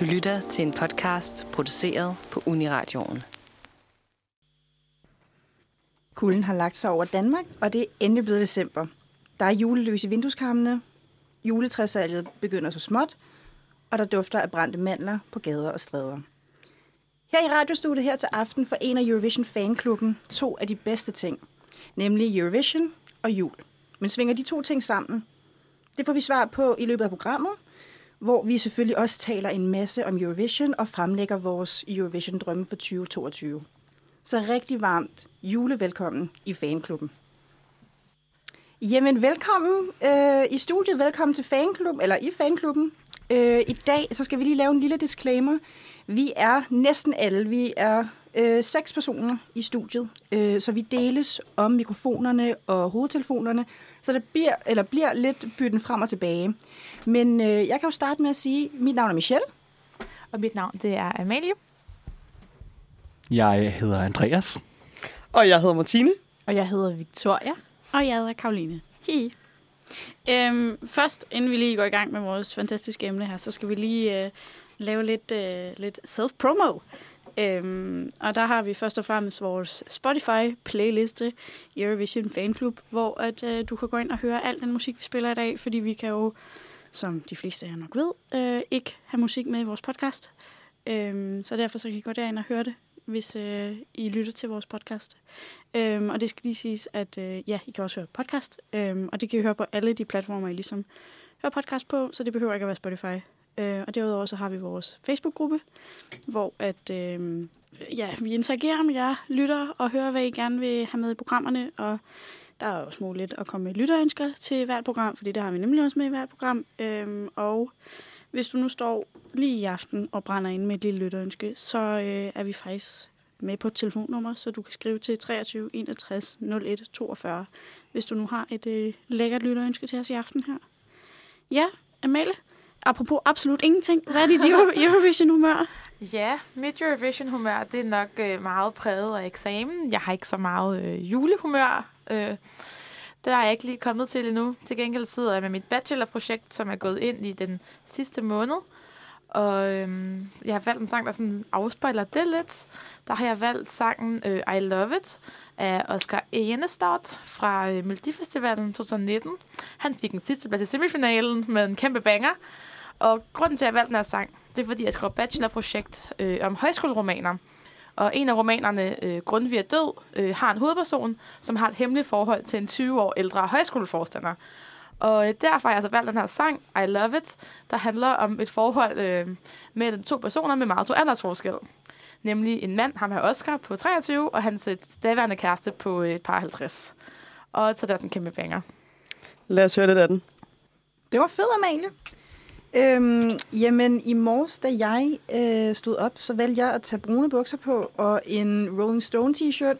Du lytter til en podcast produceret på Uniradioen. Kulden har lagt sig over Danmark, og det er endelig blevet december. Der er julelys i vindueskarmene, juletræssalget begynder så småt, og der dufter af brændte mandler på gader og stræder. Her i radiostudiet her til aften forener Eurovision Fanklubben to af de bedste ting, nemlig Eurovision og jul. Men svinger de to ting sammen? Det får vi svar på i løbet af programmet, hvor vi selvfølgelig også taler en masse om Eurovision og fremlægger vores Eurovision-drømme for 2022. Så rigtig varmt julevelkommen i Fanklubben. Jamen, velkommen i studiet. Velkommen til Fanklubben, eller i Fanklubben. I dag så skal vi lige lave en lille disclaimer. Vi er næsten alle. Vi er 6 personer i studiet, så vi deles om mikrofonerne og hovedtelefonerne, så det bliver lidt bytten frem og tilbage. Men jeg kan jo starte med at sige, at mit navn er Michelle. Og mit navn, det er Amalie. Jeg hedder Andreas. Og jeg hedder Martine. Og jeg hedder Victoria. Og jeg hedder Karoline. Hi. Først, inden vi lige går i gang med vores fantastiske emne her, så skal vi lige lave lidt self-promo. Og der har vi først og fremmest vores Spotify-playliste, Eurovision Fanklub, hvor at, du kan gå ind og høre al den musik, vi spiller i dag, fordi vi kan jo, som de fleste af jer nok ved, ikke have musik med i vores podcast. Så derfor så kan I gå derind og høre det, hvis I lytter til vores podcast. Og det skal lige siges, at I kan også høre podcast, og det kan I høre på alle de platformer, I ligesom hører podcast på, så det behøver ikke at være Spotify. Og derudover så har vi vores Facebook-gruppe, hvor at, vi interagerer med jer, lytter og hører, hvad I gerne vil have med i programmerne. Og der er også muligt at komme med lytterønsker til hvert program, fordi det har vi nemlig også med i hvert program. Og hvis du nu står lige i aften og brænder ind med et lille lytterønske, så er vi faktisk med på et telefonnummer, så du kan skrive til 23 61 01 42, hvis du nu har et lækkert lytterønske til os i aften her. Ja, Amalie? Apropos absolut ingenting. Hvad er dit Eurovision-humør? Ja, mit Eurovision-humør, det er nok meget præget af eksamen. Jeg har ikke så meget julehumør. Det er jeg ikke lige kommet til endnu. Til gengæld sidder jeg med mit bachelorprojekt, som er gået ind i den sidste måned. Og jeg har valgt en sang, der sådan afspejler det lidt. Der har jeg valgt sangen I Love It af Oscar Ejenestad fra Melodifestivalen 2019. Han fik en sidste plads i semifinalen med en kæmpe banger. Og grunden til, at jeg valgte den her sang, det er, fordi jeg skrev bachelorprojekt om højskoleromaner. Og en af romanerne, Grundtvig er død, har en hovedperson, som har et hemmeligt forhold til en 20 år ældre højskoleforstander. Og derfor har jeg altså valgt den her sang, I Love It, der handler om et forhold mellem 2 personer med meget stor aldersforskel. Nemlig en mand, ham her Oscar, på 23, og hans daværende kæreste på et par 50. Og så er der sådan en kæmpe banger. Lad os høre lidt af den. Det var fedt, Amalie. Jamen, i morges, da jeg stod op, så valgte jeg at tage brune bukser på, og en Rolling Stone t-shirt,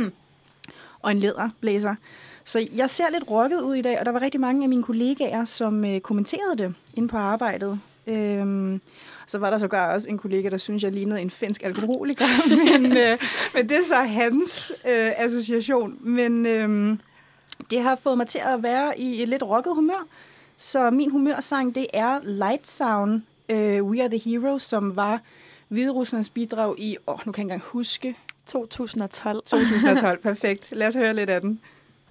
og en læderblæser. Så jeg ser lidt rocket ud i dag, og der var rigtig mange af mine kollegaer, som kommenterede det inde på arbejdet. Så var der sågar også en kollega, der synes jeg lignede en finsk alkoholiker, men det er så hans association. Men det har fået mig til at være i et lidt rocket humør. Så min humørsang, det er Light Sound, We Are The Heroes, som var Hvideruslands bidrag i, nu kan jeg ikke engang huske. 2012. 2012, perfekt. Lad os høre lidt af den.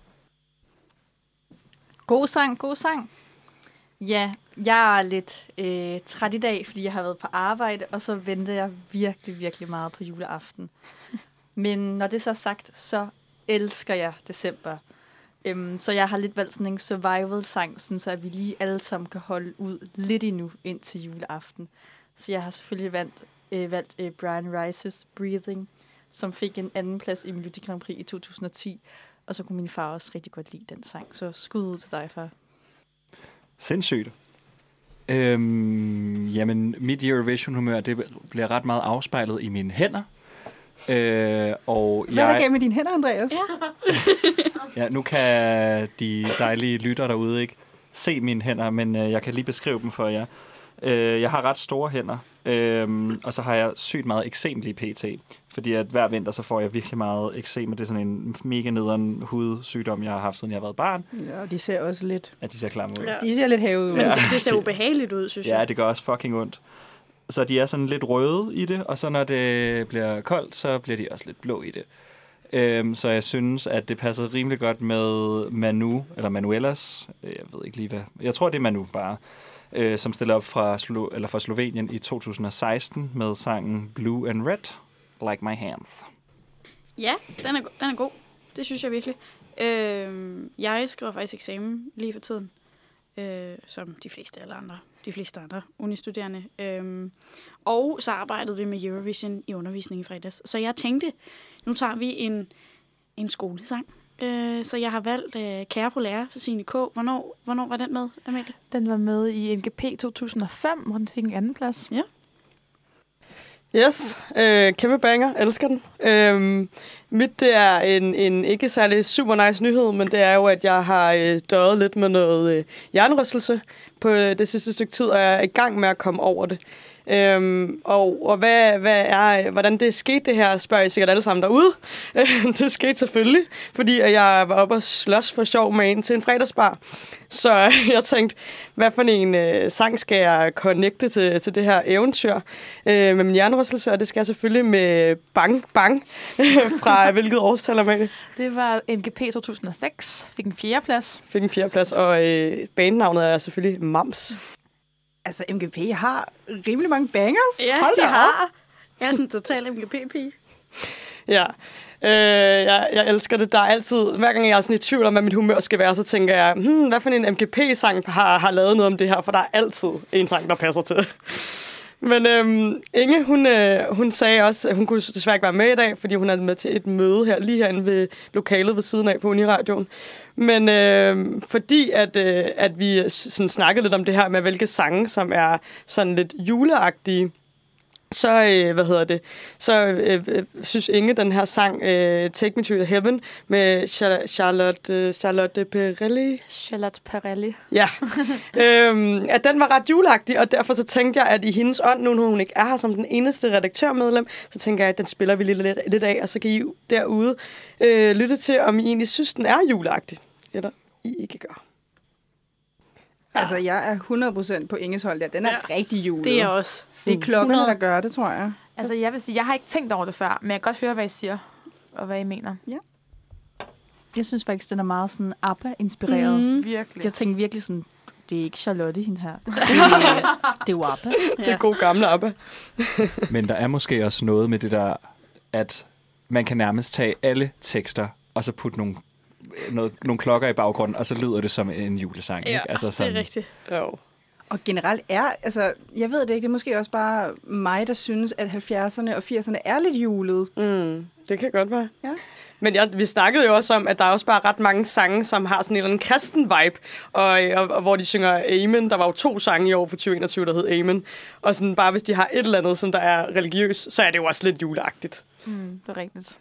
God sang. Ja, jeg er lidt træt i dag, fordi jeg har været på arbejde, og så venter jeg virkelig, virkelig meget på juleaften. Men når det så er sagt, så elsker jeg december. Så jeg har lidt valgt sådan en survival-sang, sådan så at vi lige alle sammen kan holde ud lidt endnu ind til juleaften. Så jeg har selvfølgelig valgt Brian Rice's Breathing, som fik en anden plads i Melodi Grand Prix i 2010. Og så kunne min far også rigtig godt lide den sang. Så skud ud til dig, far. Sindssygt. Jamen, mit Eurovision-humør, det bliver ret meget afspejlet i mine hænder. Og hvad er der galt med dine hænder, Andreas? Ja, nu kan de dejlige lytter derude ikke se mine hænder, men jeg kan lige beskrive dem for jer. Jeg har ret store hænder, og så har jeg sygt meget eksem lige pt. Fordi at hver vinter, så får jeg virkelig meget eksem, og det er sådan en mega nederen hudsygdom, jeg har haft, siden jeg har været barn. Ja, og de ser også lidt... Ja, de ser klamme ud. Ja. De ser lidt havet ud. Men det ser ubehageligt ud, synes jeg. Ja, det gør også fucking ondt. Så de er sådan lidt røde i det, og så når det bliver koldt, så bliver de også lidt blå i det. Så jeg synes, at det passer rimelig godt med Manu, eller Manuelas, jeg ved ikke lige hvad, jeg tror det er Manu bare, som stiller op fra Slovenien i 2016 med sangen Blue and Red, Like My Hands. Ja, den er god. Det synes jeg virkelig. Jeg skriver faktisk eksamen lige for tiden, som de fleste andre unistuderende. Og så arbejdede vi med Eurovision i undervisning i fredags. Så jeg tænkte, nu tager vi en skolesang. Så jeg har valgt Kære på lærer for Signe K. Hvornår var den med, Amalie? Den var med i MGP 2005, hvor den fik en anden plads. Ja. Yes, kæmpe banger, elsker den. Mit, det er en ikke særlig super nice nyhed, men det er jo, at jeg har døjet lidt med noget hjernerystelse på det sidste stykke tid, og jeg er i gang med at komme over det. Og hvordan det skete det her, spørger I sikkert alle sammen derude. Det skete selvfølgelig, fordi jeg var oppe og slås for sjov med en til en fredagsbar. Så jeg tænkte, hvad for en sang skal jeg connecte til det her eventyr med min hjernerystelse, og det skal jeg selvfølgelig med Bang Bang fra hvilket årstal er med? Det var MGP 2006, fik en 4. plads. Fik en 4. plads, og bandnavnet er selvfølgelig Mams. Altså, MGP har rimelig mange bangers. Ja, Hold de da op. har. Jeg er sådan en total MGP-pige. Ja, jeg elsker det. Der er altid, hver gang jeg er sådan i tvivl om, hvad mit humør skal være, så tænker jeg, hvad for en MGP-sang har lavet noget om det her, for der er altid en sang, der passer til. Men Inge, hun sagde også, at hun kunne desværre ikke være med i dag, fordi hun er med til et møde her, lige herinde ved lokalet ved siden af på Uniradioen. Men fordi at vi sådan snakkede lidt om det her med, hvilke sange, som er sådan lidt juleagtige, så, synes Inge, den her sang, Take Me to Heaven, med Charlotte Perrelli. Charlotte Perrelli. Ja, at den var ret juleagtig, og derfor så tænkte jeg, at i hendes ånd, nu når hun ikke er her som den eneste redaktørmedlem, så tænker jeg, at den spiller vi lidt af, og så kan I derude lytte til, om I egentlig synes, den er juleagtig, eller I ikke gør. Altså, jeg er 100% på Inges hold der. Den er rigtig julet. Det er også. Det er klokkerne, der gør det, tror jeg. Altså, jeg vil sige, jeg har ikke tænkt over det før, men jeg kan godt høre, hvad I siger, og hvad I mener. Ja. Jeg synes faktisk, den er meget sådan ABBA-inspireret. Virkelig. Jeg tænker virkelig sådan, det er ikke Charlotte, hende her. Det er jo ABBA. Det er god gamle ABBA. Men der er måske også noget med det der, at man kan nærmest tage alle tekster, og så putte nogle klokker i baggrunden, og så lyder det som en julesang. Ja, ikke? Altså sådan, det er rigtigt. Jo. Og generelt altså, jeg ved det ikke, det er måske også bare mig, der synes, at 70'erne og 80'erne er lidt julet. Det kan godt være. Ja. Men vi snakkede jo også om, at der er også bare ret mange sange, som har sådan en eller anden kristen vibe, og hvor de synger Amen. Der var jo 2 sange i år for 2021, der hed Amen. Og sådan bare hvis de har et eller andet, som der er religiøs, så er det jo også lidt juleagtigt. Det er rigtigt.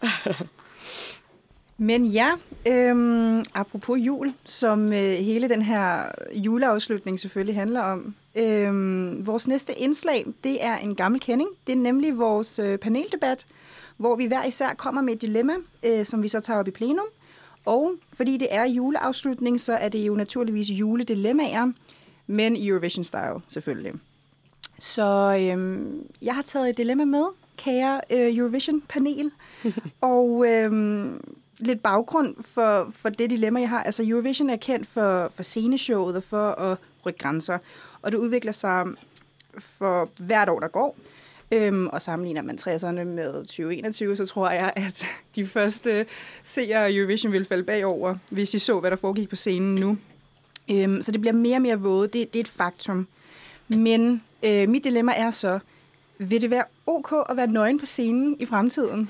Men ja, apropos jul, som hele den her juleafslutning selvfølgelig handler om. Vores næste indslag, det er en gammel kending. Det er nemlig vores paneldebat, hvor vi hver især kommer med et dilemma, som vi så tager op i plenum. Og fordi det er juleafslutning, så er det jo naturligvis juledilemmaer, men Eurovision-style selvfølgelig. Så jeg har taget et dilemma med, kære Eurovision-panel, og lidt baggrund for det dilemma, jeg har. Altså Eurovision er kendt for sceneshowet og for at rykke grænser, og det udvikler sig for hvert år, der går. Og sammenligner man 60'erne med 2021, så tror jeg, at de første seere af Eurovision vil falde bagover, hvis de så, hvad der foregik på scenen nu. Så det bliver mere og mere våget. Det er et faktum. Men mit dilemma er så, vil det være ok at være nøgen på scenen i fremtiden?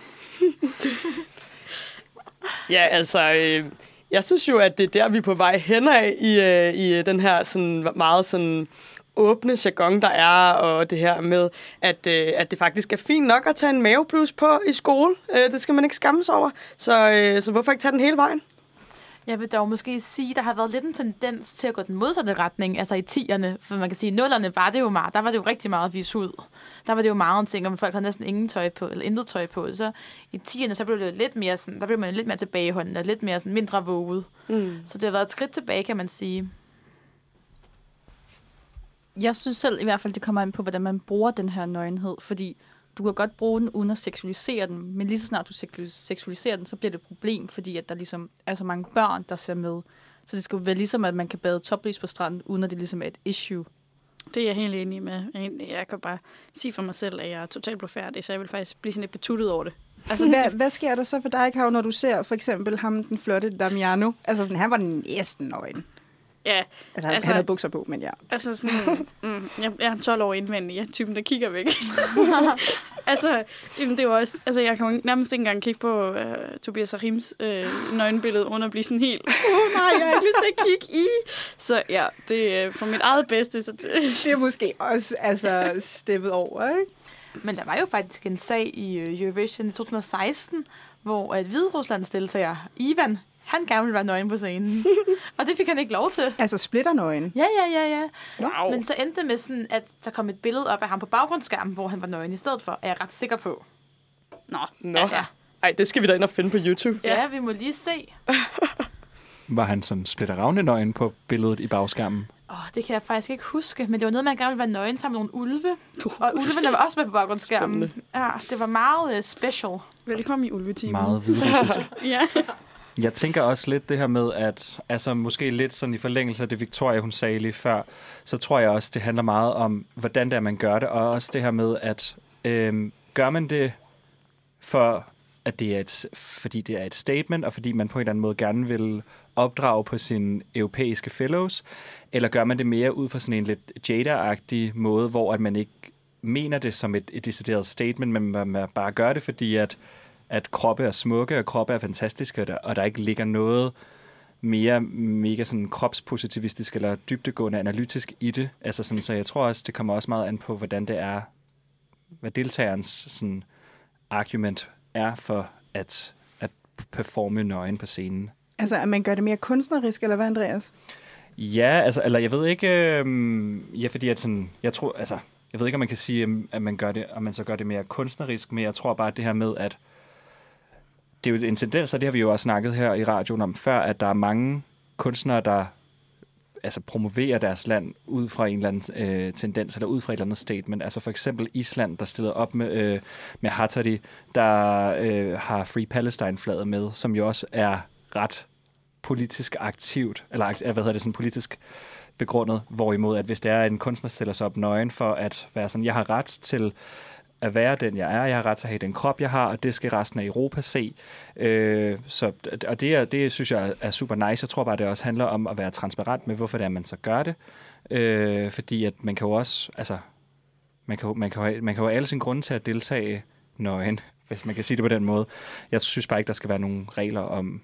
Ja, altså, jeg synes jo, at det er der, vi er på vej hen af i den her sådan meget sådan åbne jargon, der er, og det her med, at det faktisk er fint nok at tage en maveblus på i skole. Det skal man ikke skamme sig over. Så hvorfor ikke tage den hele vejen? Jeg vil dog måske sige, at der har været lidt en tendens til at gå den modsatte retning, altså i 10'erne. For man kan sige, at 0'erne var det jo meget. Der var det jo rigtig meget at vise ud. Der var det jo meget en ting, om folk havde næsten ingen tøj på, eller intet tøj på. Så i 10'erne, så blev det lidt mere sådan, der blev man lidt mere tilbageholdende, og lidt mere sådan mindre våget. Så det har været et skridt tilbage, kan man sige. jeg synes selv i hvert fald, det kommer an på, hvordan man bruger den her nøgenhed. Fordi du kan godt bruge den uden at seksualisere den, men lige så snart du seksualiserer den, så bliver det et problem, fordi at der ligesom er så mange børn, der ser med. Så det skal være ligesom, at man kan bade toplys på stranden, uden at det ligesom er et issue. Det er jeg helt enig med. Jeg kan bare sige for mig selv, at jeg er totalt blufærdig, så jeg vil faktisk blive sådan lidt betuttet over det. Altså, hvad sker der så for dig, Kav, når du ser for eksempel ham, den flotte Damiano? Altså, sådan, han var næsten nøgen. Ja. Altså, han havde bukser på, men ja. Altså sådan, jeg er 12 år indvendig. Jeg er typen, der kigger væk. Altså, det var også, altså, jeg kan jo nærmest ikke engang kigge på Tobias Arims nøgenbillede, uden at blive sådan helt, nej, jeg har ikke lyst til at kigge i. Så ja, det er for mit eget bedste. Så det er måske også altså, steppet over, ikke? Men der var jo faktisk en sag i Eurovision i 2016, hvor at Hvideruslands deltager, Ivan, han gerne ville være nøgen på scenen. Og det fik han ikke lov til. Altså splitternøgen? Ja. Wow. Men så endte det med sådan, at der kom et billede op af ham på baggrundsskærmen, hvor han var nøgen i stedet for, er jeg ret sikker på. Nå. Altså. Ej, det skal vi da ind og finde på YouTube. Ja, vi må lige se. Var han sådan splitteravne nøgen på billedet i bagskærmen? Det kan jeg faktisk ikke huske, men det var noget, man gerne ville være nøgen sammen med nogle ulve. Og ulvene var også med på baggrundsskærmen. Ja, det var meget special. Velkommen i ulvetimen. Meget hvidrussisk. Ja. Jeg tænker også lidt det her med, at altså måske lidt sådan i forlængelse af det Victoria, hun sagde lige før, så tror jeg også, det handler meget om, hvordan det er, man gør det, og også det her med, at gør man det for, at det er fordi det er et statement, og fordi man på en eller anden måde gerne vil opdrage på sine europæiske fellows, eller gør man det mere ud fra sådan en lidt Jada-agtig måde, hvor at man ikke mener det som et decideret statement, men man bare gør det, fordi at kroppe er smukke, og kroppe er fantastiske, og der ikke ligger noget mere mega sådan kropspositivistisk eller dybdegående analytisk i det. Altså sådan, så jeg tror også, det kommer også meget an på, hvordan det er, hvad deltagerens sådan argument er for at performe nøgen på scenen. Altså, at man gør det mere kunstnerisk, eller hvad, Andreas? Ja, altså, eller jeg ved ikke, fordi at sådan, jeg tror, altså, jeg ved ikke, om man kan sige, at man gør det, og man så gør det mere kunstnerisk, men jeg tror bare, at det her med, at det er jo en tendens, og det har vi jo også snakket her i radioen om før, at der er mange kunstnere, der altså promoverer deres land ud fra en eller anden tendens, eller ud fra et eller andet statement. Altså for eksempel Island, der stillede op med Hattari, der har Free Palestine-flaget med, som jo også er ret politisk aktivt, eller sådan politisk begrundet, hvorimod at hvis det er en kunstner stiller sig op nøgen for at være sådan, jeg har ret til at være den, jeg er. Jeg har ret til at have den krop, jeg har, og det skal resten af Europa se. Og det synes jeg er super nice. Jeg tror bare, det også handler om at være transparent med, hvorfor det er, man så gør det. Fordi at man kan jo også, altså, man kan jo have alle sine grunde til at deltage nøgen, hvis man kan sige det på den måde. Jeg synes bare ikke, der skal være nogle regler om,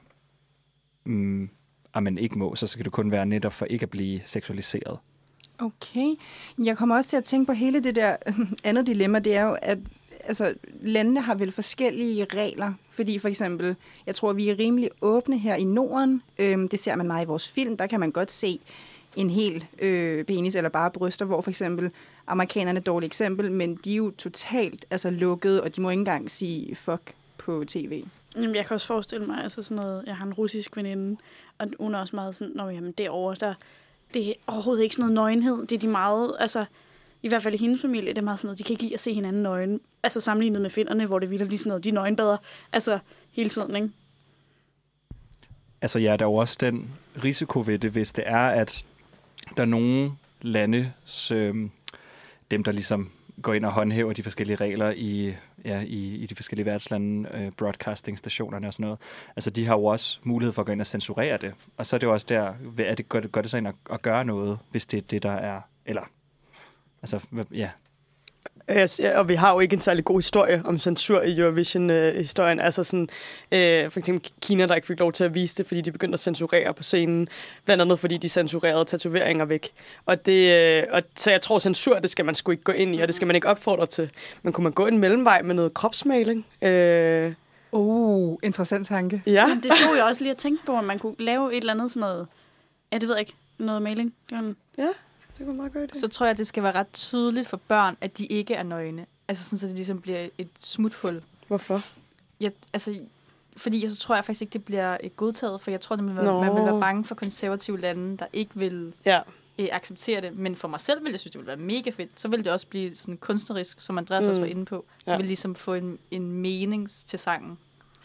at man ikke må, så skal det kun være netop for ikke at blive seksualiseret. Okay. Jeg kommer også til at tænke på hele det der andet dilemma, det er jo, at altså, landene har vel forskellige regler, fordi for eksempel, jeg tror, vi er rimelig åbne her i Norden. Det ser man meget i vores film, der kan man godt se en hel penis eller bare bryster, hvor for eksempel amerikanerne er et dårligt eksempel, men de er jo totalt altså, lukkede, og de må ikke engang sige fuck på tv. Jamen, jeg kan også forestille mig, altså sådan noget, jeg har en russisk veninde, og hun er også meget sådan, jamen derovre, det er overhovedet ikke sådan noget nøgenhed. Det er de meget, altså i hvert fald i hendes familie, det er meget sådan noget, de kan ikke lide at se hinanden nøgen. Altså sammenlignet med finnerne, hvor det vildt lige sådan noget, de er nøgenbader. Altså hele tiden, ikke? Altså ja, der er jo også den risiko ved det, hvis det er, at der er nogle lande, dem der ligesom går ind og håndhæver de forskellige regler i de forskellige værtslande, broadcastingstationerne og sådan noget. Altså, de har jo også mulighed for at gå ind og censurere det. Og så er det jo også der, at det gør det så ind at gøre noget, hvis det er det, der er. Eller, altså, ja. Yes, ja, og vi har jo ikke en særlig god historie om censur i Eurovision-historien. Altså sådan, for eksempel Kina, der ikke fik lov til at vise det, fordi de begyndte at censurere på scenen. Blandt andet, fordi de censurerede tatoveringer væk. Så jeg tror, censur, det skal man sgu ikke gå ind i, og det skal man ikke opfordre til. Men kunne man gå en mellemvej med noget kropsmaling? Interessant tanke. Ja. Men det stod jeg også lige at tænke på, om man kunne lave et eller andet sådan noget, ja, det ved jeg ikke, noget maling. Ja. Det var meget godt. Så tror jeg, at det skal være ret tydeligt for børn, at de ikke er nøgne. Altså sådan, så det ligesom bliver et smuthul. Hvorfor? Fordi så tror jeg faktisk ikke, det bliver godtaget, for jeg tror, at man vil være bange for konservative lande, der ikke vil acceptere det. Men for mig selv ville jeg synes, det ville være mega fedt. Så ville det også blive sådan kunstnerisk, som Andreas også var inde på. Det ville ligesom få en mening til sangen.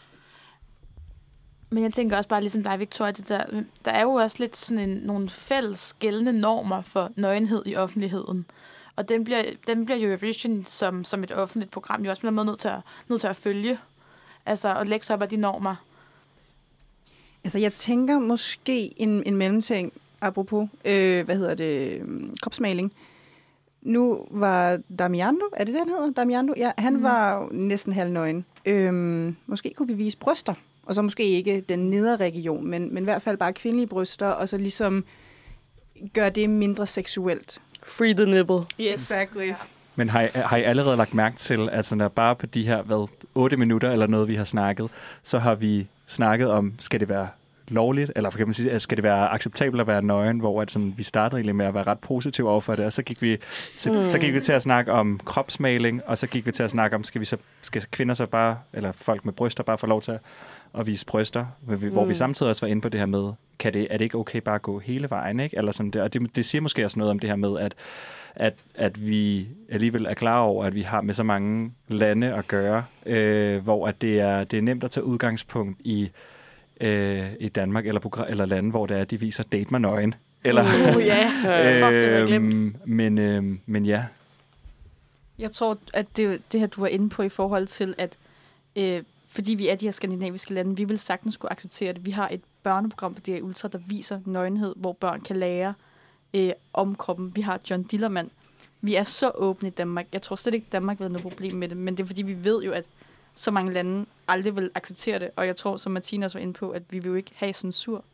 Men jeg tænker også bare, ligesom dig, Victoria, der er jo også lidt sådan nogle fælles gældende normer for nøgenhed i offentligheden. Og den bliver Eurovision som et offentligt program jo også bliver nødt til at følge. Altså at lægge sig op af de normer. Altså jeg tænker måske en mellemting, apropos, kropsmaling. Nu var Damiano, er det den hedder? Damiano? Ja, han var jo næsten halvnøgen. Måske kunne vi vise bryster. Og så måske ikke den nedre region, men i hvert fald bare kvindelige bryster, og så ligesom gøre det mindre seksuelt. Free the nipple. Yes. Exactly. Men har I allerede lagt mærke til, at sådan bare på de her 8 minutter eller noget, vi har snakket, så har vi snakket om, skal det være lovligt, eller kan man sige, skal det være acceptabelt at være nøgen, hvor at sådan, vi startede egentlig med at være ret positive overfor det, og så gik vi til at snakke om kropsmaling, og så gik vi til at snakke om, skal kvinder så bare, eller folk med bryster bare få lov til at vise bryster, hvor vi samtidig også var inde på det her med, er det ikke okay bare at gå hele vejen, ikke? Eller sådan det, og det siger måske også noget om det her med, at vi alligevel er klar over, at vi har med så mange lande at gøre, hvor at det er nemt at tage udgangspunkt i Danmark eller lande, hvor det er, de viser date mig nøgen. Eller, fuck, det var glemt. Men ja. Jeg tror, at det her, du var inde på i forhold til, at fordi vi er de her skandinaviske lande, vi vil sagtens kunne acceptere det. Vi har et børneprogram på DR Ultra, der viser nøgenhed, hvor børn kan lære om kroppen. Vi har John Dillermand. Vi er så åbne i Danmark. Jeg tror slet ikke, Danmark vil have noget problem med det, men det er fordi, vi ved jo, at så mange lande aldrig vil acceptere det, og jeg tror, som Martina også var inde på, at vi vil jo ikke have censur.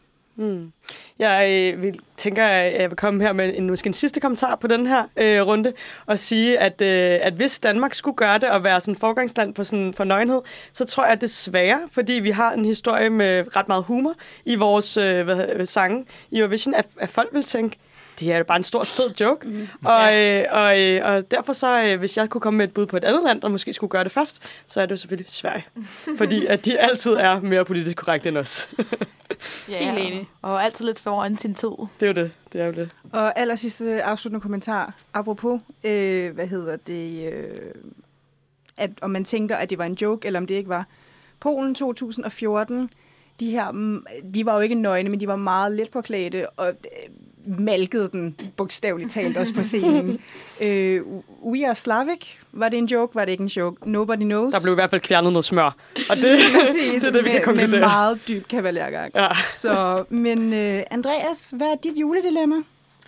Jeg tænker, at jeg vil komme her med måske en sidste kommentar på den her runde, og sige, at hvis Danmark skulle gøre det og være sådan forgangsland på sådan for nøgenhed, så tror jeg, at det er sværere, fordi vi har en historie med ret meget humor i vores sange i Eurovision, at folk vil tænke, det er bare en stor, fed joke. Og derfor så, hvis jeg kunne komme med et bud på et andet land, der måske skulle gøre det først, så er det jo selvfølgelig Sverige. Fordi at de altid er mere politisk korrekte end os. Helt enig. Og altid lidt foran sin tid. Det er jo det. Det er jo det. Og allersidste afsluttende kommentar. Apropos, at om man tænker, at det var en joke, eller om det ikke var. Polen 2014, de var jo ikke nøgne, men de var meget let påklædte, og malkede den bogstaveligt talt også på scenen. We Are Slavic, var det en joke? Var det ikke en joke? Nobody knows. Der blev i hvert fald kværnet noget smør. Og det, præcis, det er det, vi kan konkludere. Med meget dyb kavalergang. Ja. Så, men Andreas, hvad er dit juledilemma?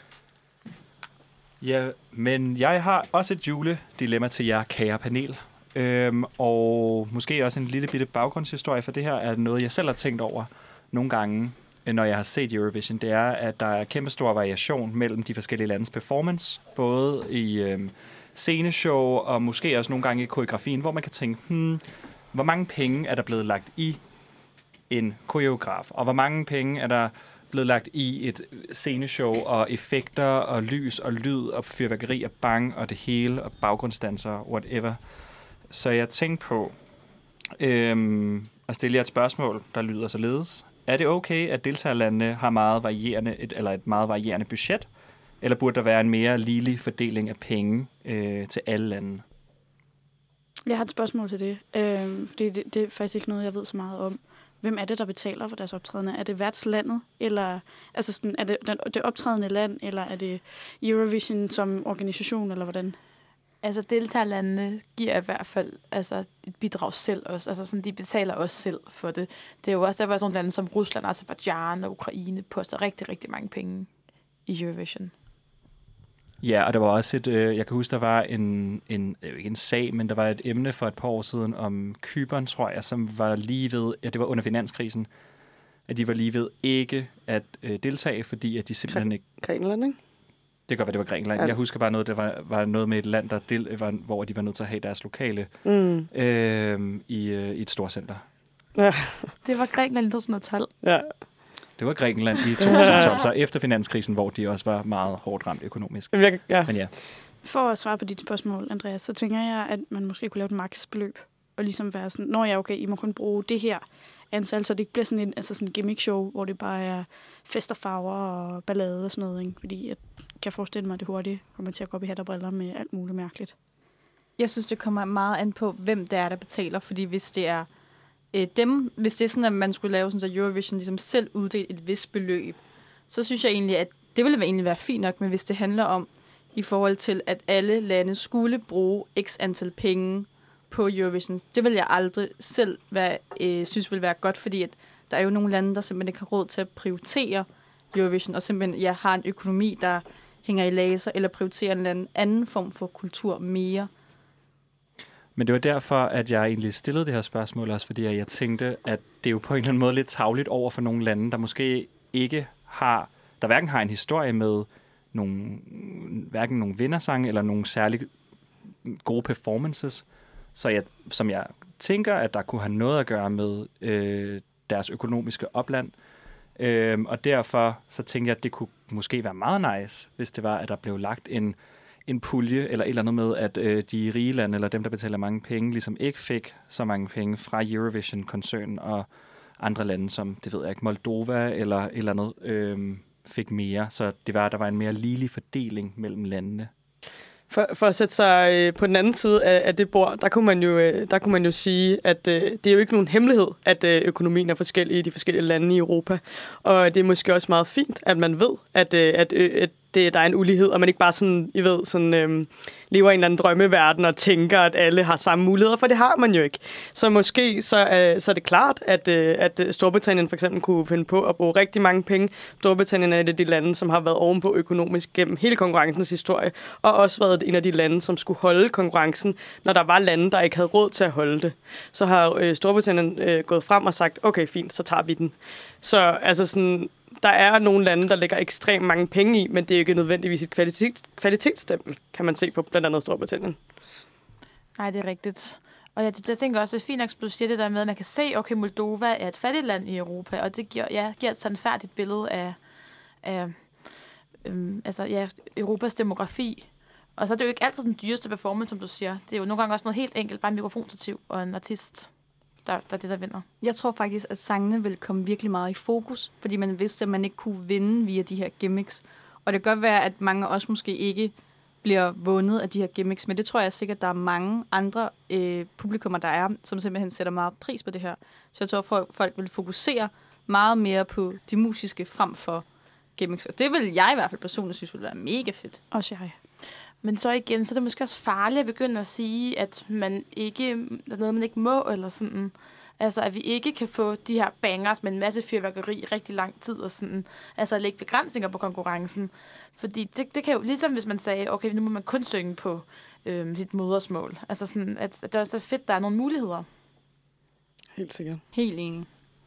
Ja, men jeg har også et juledilemma til jer, kære panel. Og måske også en lille bitte baggrundshistorie, for det her er noget, jeg selv har tænkt over nogle gange, når jeg har set Eurovision. Det er, at der er kæmpestor variation mellem de forskellige landes performance, både i sceneshow og måske også nogle gange i koreografien, hvor man kan tænke, hvor mange penge er der blevet lagt i en koreograf, og hvor mange penge er der blevet lagt i et sceneshow og effekter og lys og lyd og fyrværkeri og bang og det hele og baggrundsdanser, whatever. Så jeg tænkte på at stille jer et spørgsmål, der lyder således. Er det okay, at deltagerlandene har et meget varierende budget, eller burde der være en mere ligelig fordeling af penge til alle lande? Jeg har et spørgsmål til det, fordi det er faktisk ikke noget, jeg ved så meget om. Hvem er det, der betaler for deres optrædende? Er det værtslandet, eller altså sådan, er det optrædende land, eller er det Eurovision som organisation, eller hvordan? Altså deltagerlandene giver i hvert fald et bidrag selv også. Altså sådan, de betaler også selv for det. Det er jo også, der var sådan nogle lande som Rusland, Aserbajdsjan og Ukraine poster rigtig, rigtig mange penge i Eurovision. Ja, og der var også jeg kan huske, der var ikke en sag, men der var et emne for et par år siden om Cypern, tror jeg, som var lige ved, det var under finanskrisen, at de var lige ved ikke at deltage, fordi at de simpelthen ikke... Grækenland, ikke? Det kan godt være, det var Grækenland. Ja. Jeg husker bare noget, der var noget med et land, hvor de var nødt til at have deres lokale i et storcenter. Ja. Det var Grækenland i 2012. Ja. Det var Grækenland i 2012, så efter finanskrisen, hvor de også var meget hårdt ramt økonomisk. Ja. Men ja. For at svare på dit spørgsmål, Andreas, så tænker jeg, at man måske kunne lave et maksbeløb, og ligesom være sådan, I må kun bruge det her antal, så det ikke bliver sådan en gimmick-show, hvor det bare er fest og farver og ballade og sådan noget. Ikke? Fordi jeg kan forestille mig, at det hurtigt kommer til at gå op i hat og briller med alt muligt mærkeligt. Jeg synes, det kommer meget an på, hvem det er, der betaler. Fordi hvis det er hvis det er sådan, at man skulle lave sådan, så Eurovision ligesom selv uddelt et vist beløb, så synes jeg egentlig, at det ville egentlig være fint nok. Men hvis det handler om, i forhold til, at alle lande skulle bruge x antal penge på Eurovision, det vil jeg aldrig selv synes vil være godt, fordi at der er jo nogle lande, der simpelthen ikke har råd til at prioritere Eurovision, og simpelthen har en økonomi, der hænger i laser, eller prioriterer en eller anden form for kultur mere. Men det var derfor, at jeg egentlig stillede det her spørgsmål også, fordi jeg tænkte, at det er jo på en eller anden måde lidt tarveligt over for nogle lande, der måske ikke har, der hverken har en historie med hverken nogle vindersange eller nogle særlig gode performances, som jeg tænker, at der kunne have noget at gøre med deres økonomiske opland. Og derfor så tænker jeg, at det kunne måske være meget nice, hvis det var, at der blev lagt en pulje eller et eller andet med, at de rige lande, eller dem, der betaler mange penge, ligesom ikke fik så mange penge fra Eurovision-koncernen, og andre lande, som, det ved jeg ikke, Moldova eller et eller andet, fik mere. Så der var en mere ligelig fordeling mellem landene. For at sætte sig på den anden side af det bord, der kunne man jo sige, at det er jo ikke nogen hemmelighed, at økonomien er forskellig i de forskellige lande i Europa. Og det er måske også meget fint, at man ved, at der er en ulighed, og man ikke bare sådan, lever i en eller anden drømmeverden og tænker, at alle har samme muligheder, for det har man jo ikke. Så måske så er det klart, at Storbritannien for eksempel kunne finde på at bruge rigtig mange penge. Storbritannien er et af de lande, som har været ovenpå økonomisk gennem hele konkurrencens historie, og også været en af de lande, som skulle holde konkurrencen, når der var lande, der ikke havde råd til at holde det. Så har Storbritannien gået frem og sagt, okay, fint, så tager vi den. Så altså sådan, der er nogle lande, der lægger ekstremt mange penge i, men det er jo ikke nødvendigvis et kvalitetsstempel, kan man se på blandt andet Storbritannien. Nej, det er rigtigt. Og jeg tænker også, det er fint nok, at du siger det der med, at man kan se, okay, Moldova er et fattigt land i Europa, og det giver et sandfærdigt billede af Europas demografi. Og så er det jo ikke altid den dyreste performance, som du siger. Det er jo nogle gange også noget helt enkelt, bare en mikrofonstativ og en artist, der er det, der vinder. Jeg tror faktisk, at sangene vil komme virkelig meget i fokus, fordi man vidste, at man ikke kunne vinde via de her gimmicks. Og det kan godt være, at mange også måske ikke bliver vundet af de her gimmicks, men det tror jeg sikkert, at der er mange andre publikummer, der er, som simpelthen sætter meget pris på det her. Så jeg tror, at folk vil fokusere meget mere på de musiske frem for gimmicks. Og det vil jeg i hvert fald personligt synes ville være mega fedt. Også jeg. Men så igen, så er det måske også farligt at begynde at sige, at man ikke, der er noget, man ikke må, eller sådan. Altså, at vi ikke kan få de her bangers med en masse fyrværkeri i rigtig lang tid, og sådan. Altså, at lægge begrænsninger på konkurrencen. Fordi det kan jo, ligesom hvis man sagde, okay, nu må man kun synge på sit modersmål. Altså sådan, at det er også fedt, der er nogle muligheder. Helt sikkert. Helt enig.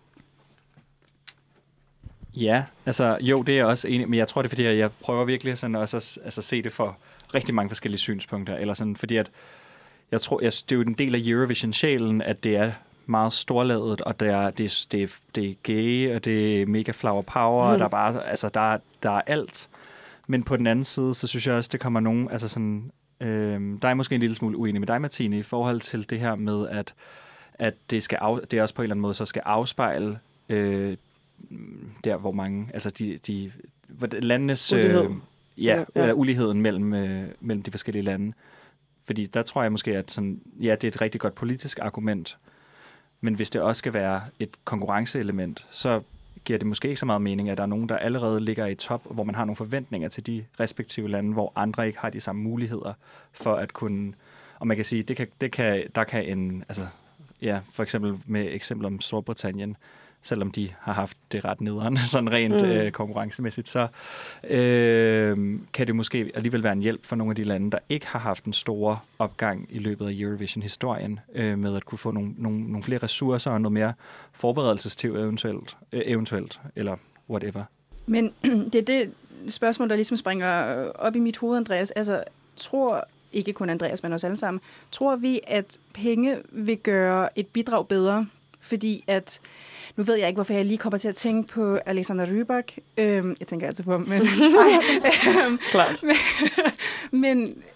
Ja, altså jo, det er jeg også enig, men jeg tror, det er fordi, at jeg prøver virkelig sådan også at se det for rigtig mange forskellige synspunkter, eller sådan, fordi at jeg tror, det er jo en del af Eurovision-sjælen, at det er meget storladet, og det er gay, og det er mega flower power, og der er bare, altså der er alt. Men på den anden side, så synes jeg også, det kommer nogen, altså sådan, der er måske en lille smule uenig med dig, Martine, i forhold til det her med, at det også på en eller anden måde så skal afspejle der, hvor mange, altså landenes uligheden mellem de forskellige lande. Fordi der tror jeg måske, at sådan, ja, det er et rigtig godt politisk argument, men hvis det også skal være et konkurrenceelement, så giver det måske ikke så meget mening, at der er nogen, der allerede ligger i top, hvor man har nogle forventninger til de respektive lande, hvor andre ikke har de samme muligheder for at kunne, og man kan sige, der kan en, altså, ja, for eksempel med eksempel om Storbritannien, selvom de har haft det ret nederen, sådan rent konkurrencemæssigt, så kan det måske alligevel være en hjælp for nogle af de lande, der ikke har haft en stor opgang i løbet af Eurovision-historien, med at kunne få nogle flere ressourcer og noget mere forberedelsestid eventuelt, eller whatever. Men det er det spørgsmål, der ligesom springer op i mit hoved, Andreas. Altså, tror ikke kun Andreas, men også alle sammen, tror vi, at penge vil gøre et bidrag bedre? Fordi at, nu ved jeg ikke, hvorfor jeg lige kommer til at tænke på Alexander Rybak. Jeg tænker altid på ham, men... Klart. Men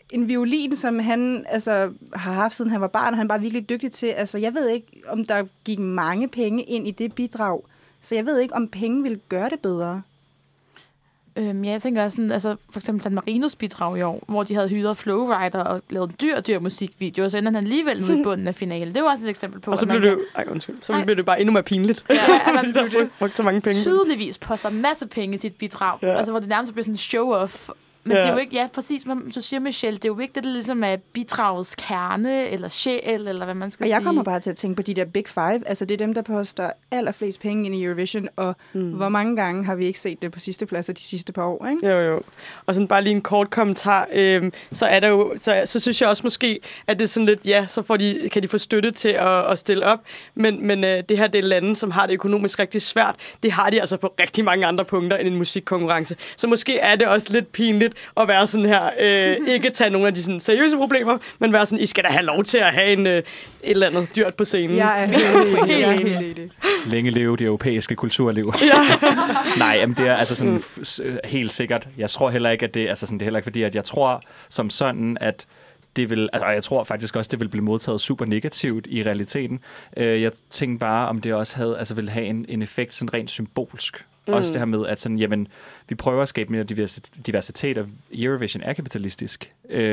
en violin, som han altså, har haft, siden han var barn, og han var virkelig dygtig til. Altså, jeg ved ikke, om der gik mange penge ind i det bidrag, så jeg ved ikke, om penge ville gøre det bedre. Ja, jeg tænker også sådan, altså for eksempel San Marinos bidrag i år, hvor de havde hyret Flowrider og lavet en dyr musikvideo, så ender han alligevel nede i bunden af finalen. Det var også et eksempel på, og så blev det bare endnu mere pinligt. Ja, fordi der blev brugt så mange penge. Tydeligvis poster en masse penge i sit bidrag, altså hvor det nærmest bliver sådan en show-off. Men det er jo ikke, præcis som du siger, Michelle, det er jo ikke det, der ligesom er bidragets kerne, eller sjæl, eller hvad man skal sige. Og jeg kommer bare til at tænke på de der Big Five, altså det er dem, der poster allerflest penge ind i Eurovision, og hvor mange gange har vi ikke set det på sidste pladser de sidste par år, ikke? Jo. Og sådan bare lige en kort kommentar, så er der jo, så synes jeg også måske, at det er sådan lidt, så kan de få støtte til at stille op, men det her, det er lande, som har det økonomisk rigtig svært, det har de altså på rigtig mange andre punkter end en musikkonkurrence. Så måske er det også lidt pinligt, at være sådan her, ikke tage nogle af de sådan, seriøse problemer, men være sådan, I skal da have lov til at have et eller andet dyrt på scenen. Jeg er helt enig. Længe leve det europæiske kulturliv. Nej, men det er altså sådan helt sikkert. Jeg tror heller ikke, at det er sådan, det er heller ikke fordi, at jeg tror som sådan, at det vil, altså jeg tror faktisk også, det vil blive modtaget super negativt i realiteten. Jeg tænkte bare, om det også ville have en effekt sådan rent symbolsk. Også det her med, at sådan, jamen, vi prøver at skabe mere diversitet, og Eurovision er kapitalistisk.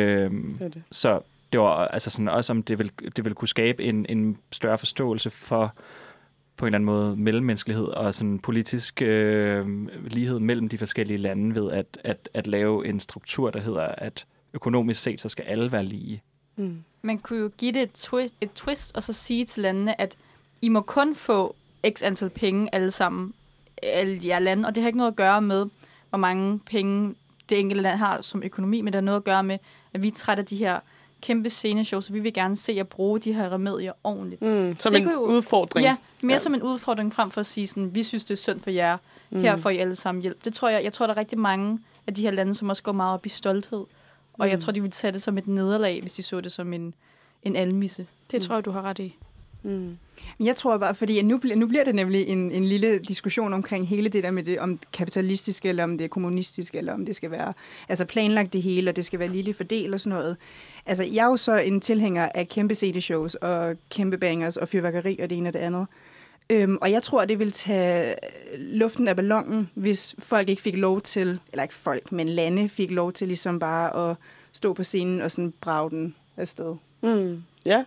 Så det var altså sådan, også om det vil kunne skabe en større forståelse for på en eller anden måde mellemmenneskelighed og sådan politisk lighed mellem de forskellige lande ved at lave en struktur, der hedder, at økonomisk set, så skal alle være lige. Man kunne jo give det et twist, og så sige til landene, at I må kun få x antal penge alle sammen, alle de her lande, og det har ikke noget at gøre med, hvor mange penge det enkelte land har som økonomi, men det har noget at gøre med, at vi er trætte af de her kæmpe sceneshows, så vi vil gerne se at bruge de her remedier ordentligt. Som en udfordring. Ja, mere som en udfordring, frem for at sige sådan, vi synes, det er synd for jer, her får I alle sammen hjælp. Det tror jeg tror, der er rigtig mange af de her lande, som også går meget op i stolthed, og jeg tror, de vil tage det som et nederlag, hvis de så det som en almisse. Det tror jeg, du har ret i. Jeg tror bare, fordi nu bliver det nemlig en lille diskussion omkring hele det der med det, om kapitalistisk, eller om det er kommunistisk, eller om det skal være altså planlagt det hele, og det skal være lille fordel og sådan noget. Altså, jeg er jo så en tilhænger af kæmpe CD-shows, og kæmpe bangers, og fyrværkeri, og det ene og det andet. Og jeg tror, det vil tage luften af ballonen, hvis folk ikke fik lov til, eller ikke folk, men lande fik lov til ligesom bare at stå på scenen og sådan brage den afsted. Ja.